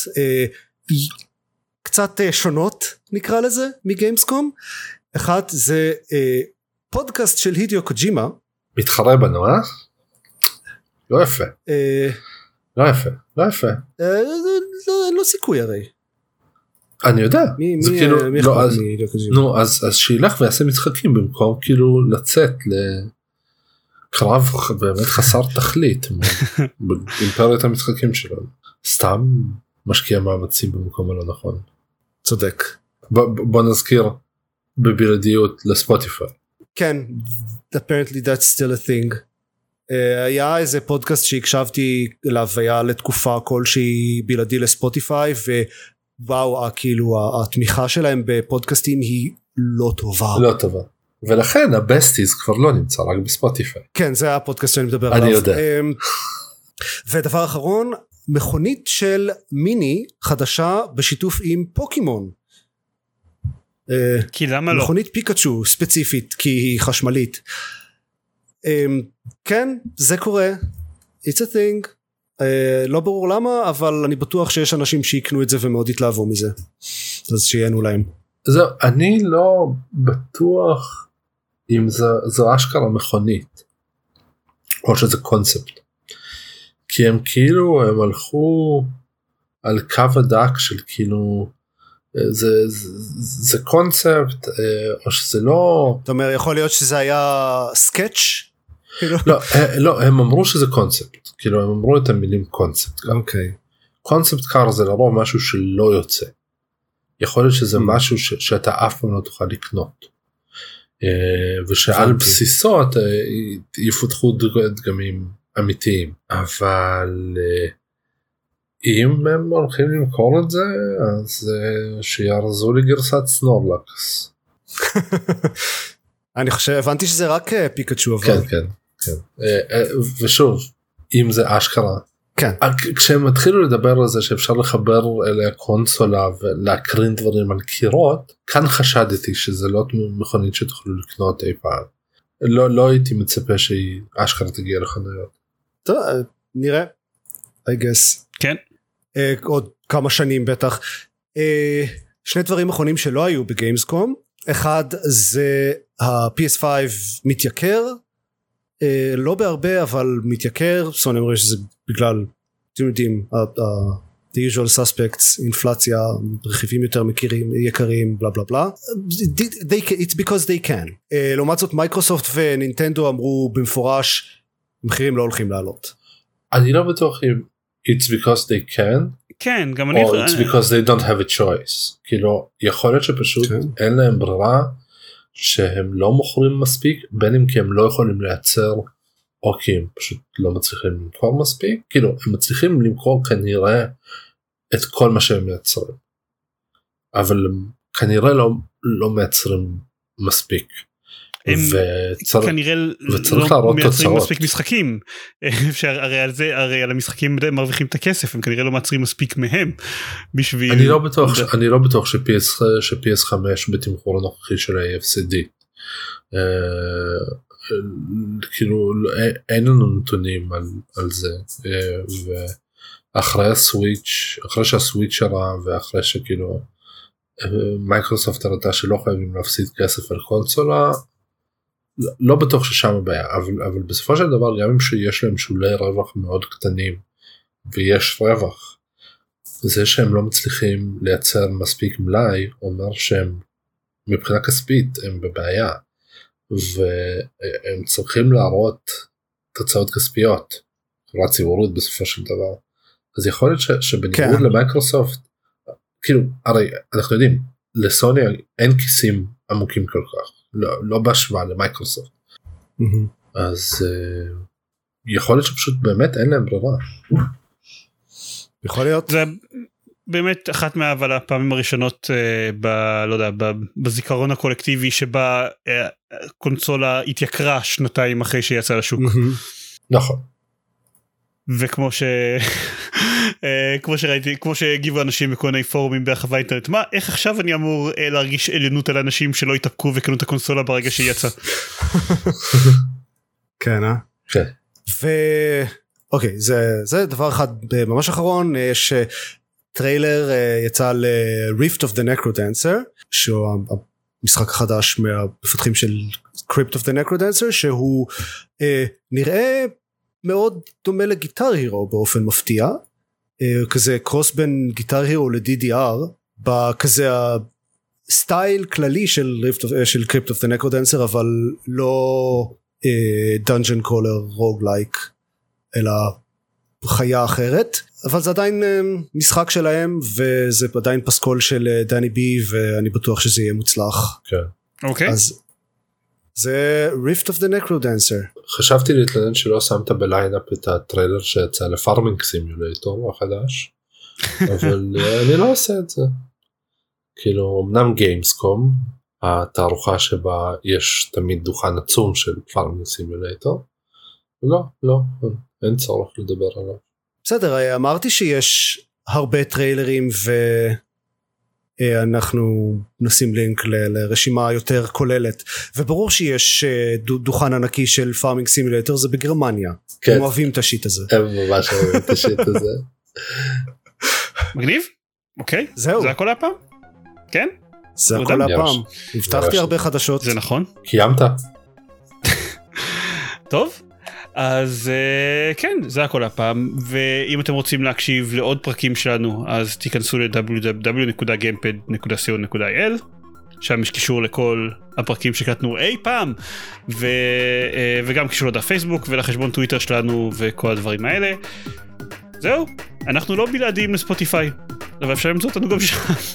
קצת שונות נקרא לזה מגיימסקום. אחת זה פודקאסט של הידיו קוג'ימה. מתחרה בנו, לא יפה. לא יפה. לא סיכוי הרי. אני יודע. מי אכפת נו, אז שילך ויעשה משחקים במקום כאילו לצאת קרב באמת חסר תכלית באימפריית המשחקים שלנו, סתם משקיע מאמצים במקום הלא נכון. צודק. בוא נזכיר בבלעדיות לספוטיפיי. כן, apparently that's still a thing. היה איזה פודקאסט שהקשבתי אליו, היה לתקופה כלשהי בלעדי לספוטיפיי, ווואו, כאילו התמיכה שלהם בפודקאסטים היא לא טובה. לא טובה. ולכן הבסטיז כבר לא נמצא רק בספוטיפיי. כן, זה הפודקאסט שאני מדבר עליו. אני יודע. ודבר אחרון, מכונית של מיני חדשה בשיתוף עם פוקימון. כי למה לא? מכונית פיקאצ'ו ספציפית, כי היא חשמלית. כן, זה קורה. It's a thing. לא ברור למה, אבל אני בטוח שיש אנשים שיקנו את זה ומאוד יתלהבו מזה. אז שיהנו להם. זהו, אני לא בטוח אם זו אשכרה מכונית או שזה קונספט, כי הם כאילו הם הלכו על קו הדק של כאילו זה קונספט או שזה לא. אתה אומר יכול להיות שזה היה סקאץ'? לא, הם אמרו שזה קונספט, כאילו הם אמרו את המילים קונספט. אוקיי. קונספט קאר זה לרוב משהו שלא יוצא, יכול להיות שזה משהו שאתה אף פעם לא תוכל לקנות, ושעל בסיסו יפותחו דגמים אמיתיים, אבל אם הם הולכים למכור את זה אז שיארזו לי גרסת סנורלקס. אני חושב, הבנתי שזה רק פיקאצ'ו. כן, כן, כן. ושוב, אם זה אשכרה, כן. כשהם התחילו לדבר על זה שאפשר לחבר אליה קונסולה ולהקרין דברים על קירות, כאן חשדתי שזה לא מכונית שתוכלו לקנות אי פעם. לא הייתי מצפה שהיא אשכרה תגיע לחנויות. טוב, נראה. I guess. כן. עוד כמה שנים בטח. שני דברים אחרונים שלא היו בגיימסקום. אחד זה ה-PS5 מתייקר, לא בהרבה אבל מתייקר, סוני אומרים שזה בגלל, אתם יודעים, the usual suspects, אינפלציה, רכיבים יותר יקרים, בלה בלה בלה. It's because they can. לעומת זאת מייקרוסופט ונינטנדו אמרו במפורש, מחירים לא הולכים לעלות. אני לא בטוח אם it's because they can, כן, גם אני... או it's because they don't have a choice. כאילו, יכול להיות שפשוט אין להם ברירה שהם לא מוכרים מספיק, בין אם כי הם לא יכולים לייצר, או כי הם פשוט לא מצליחים למכור מספיק. כאילו, הם מצליחים למכור כנראה את כל מה שהם מייצרים, אבל כנראה לא מייצרים מספיק. הם כנראה לא מייצרים מספיק משחקים, הרי על המשחקים מרוויחים את הכסף, הם כנראה לא מייצרים מספיק מהם בשביל... אני לא בטוח ש-PS5 בתמחור הנוכחי של ה-FCD, כאילו אין לנו נתונים על זה, ואחרי הסוויץ', אחרי שהסוויץ' הרע, ואחרי שכאילו מייקרוסופט הראתה שלא חייבים להפסיד כסף על קונסולה, לא בטוח ששם הבעיה, אבל בסופו של דבר גם אם שיש להם שולי רווח מאוד קטנים ויש רווח, זה שהם לא מצליחים לייצר מספיק מלאי אומר שהם מבחינה כספית הם בבעיה, והם צריכים להראות תוצאות כספיות, חברה ציבורית בסופו של דבר. אז יכול להיות שבניגוד למייקרוסופט, כאילו הרי אנחנו יודעים לסוני אין כיסים עמוקים כל כך, לא בהשוואה למייקרוסופט, אז יכול להיות שפשוט באמת אין להם ברירה. יכול להיות. זה באמת אחת מהפעמים הראשונות לא יודע, בזיכרון הקולקטיבי שבה קונסולה התייקרה שנתיים אחרי שיצא לשוק. נכון. וכמו כמו שראיתי, כמו שהגיבו אנשים בכל מיני פורומים ברחבי האינטרנט, מה, איך עכשיו אני אמור להרגיש עליונות על אנשים שלא יתאפקו וקנו את הקונסולה ברגע שהיא יצא? כן, כן. אוקיי, זה דבר אחד ממש אחרון, יש טריילר יצא ל-Rift of the Necrodancer, שהוא המשחק החדש מהמפתחים של Crypt of the Necrodancer, שהוא נראה מאוד דומה לגיטר הירו באופן מפתיע, כזה קרוס בין גיטר הירו ל-DDR, בכזה הסטייל כללי של Crypt of the Necrodancer, אבל לא dungeon crawler roguelike, אלא חיה אחרת, אבל זה עדיין משחק שלהם, וזה עדיין פסקול של דני בי, ואני בטוח שזה יהיה מוצלח. כן. אוקיי. אז זה Rift of the Necrodancer. חשבתי להתלונן שלא שמת בליינאפ את הטריילר שיצא לפארמינג סימולטור החדש, אבל אני לא עושה את זה. כאילו, אמנם גיימסקום, התערוכה שבה יש תמיד דוכן עצום של פארמינג סימולטור, לא, אין צורך לדבר עליו. בסדר, אמרתי שיש הרבה טריילרים, ואנחנו נשים לינק לרשימה יותר כוללת, וברור שיש דוכן ענקי של פארמינג סימולטור, זה בגרמניה, כן. הם אוהבים את השיט הזה. הם ממש אוהבים את השיט הזה. מגניב? אוקיי. זהו. זה הכל הפעם? כן? זה הכל הפעם. הבטחתי הרבה חדשות. זה נכון. קיימת? טוב. אז כן, זה הכל הפעם, ואם אתם רוצים להקשיב לעוד פרקים שלנו, אז תיכנסו ל-www.gamepad.co.il, שם יש קישור לכל הפרקים שקטנו אי פעם, וגם קישור לדף פייסבוק ולחשבון טוויטר שלנו וכל הדברים האלה. זהו, אנחנו לא בלעדיים לספוטיפיי, אבל אפשר למצוא אותנו גם שם.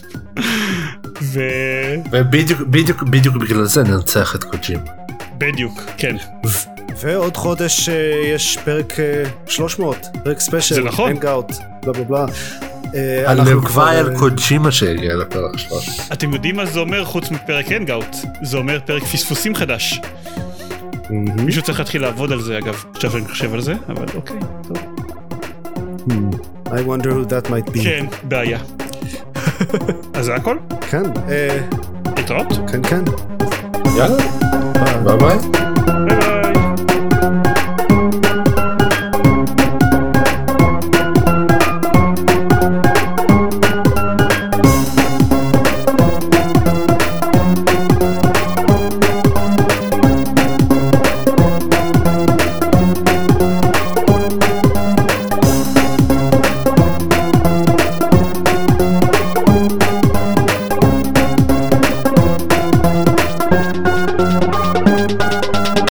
ובדיוק בגלל זה ננצח את קוג'ימה. בדיוק, כן. ועוד חודש יש פרק 300, פרק ספיישל, זה נכון. הנגאוט, בלה בלה בלה. הלוואי על קוג'ימה שהגיע לפרק 300. אתם יודעים מה זה אומר חוץ מפרק הנגאוט? זה אומר פרק פספוסים חדש. מישהו צריך להתחיל לעבוד על זה אגב, עכשיו שאני חושב על זה, אבל אוקיי, טוב. I wonder who that might be. כן, בעיה. אז זה הכל? כן. להתראות? כן. יאללה, ביי ביי.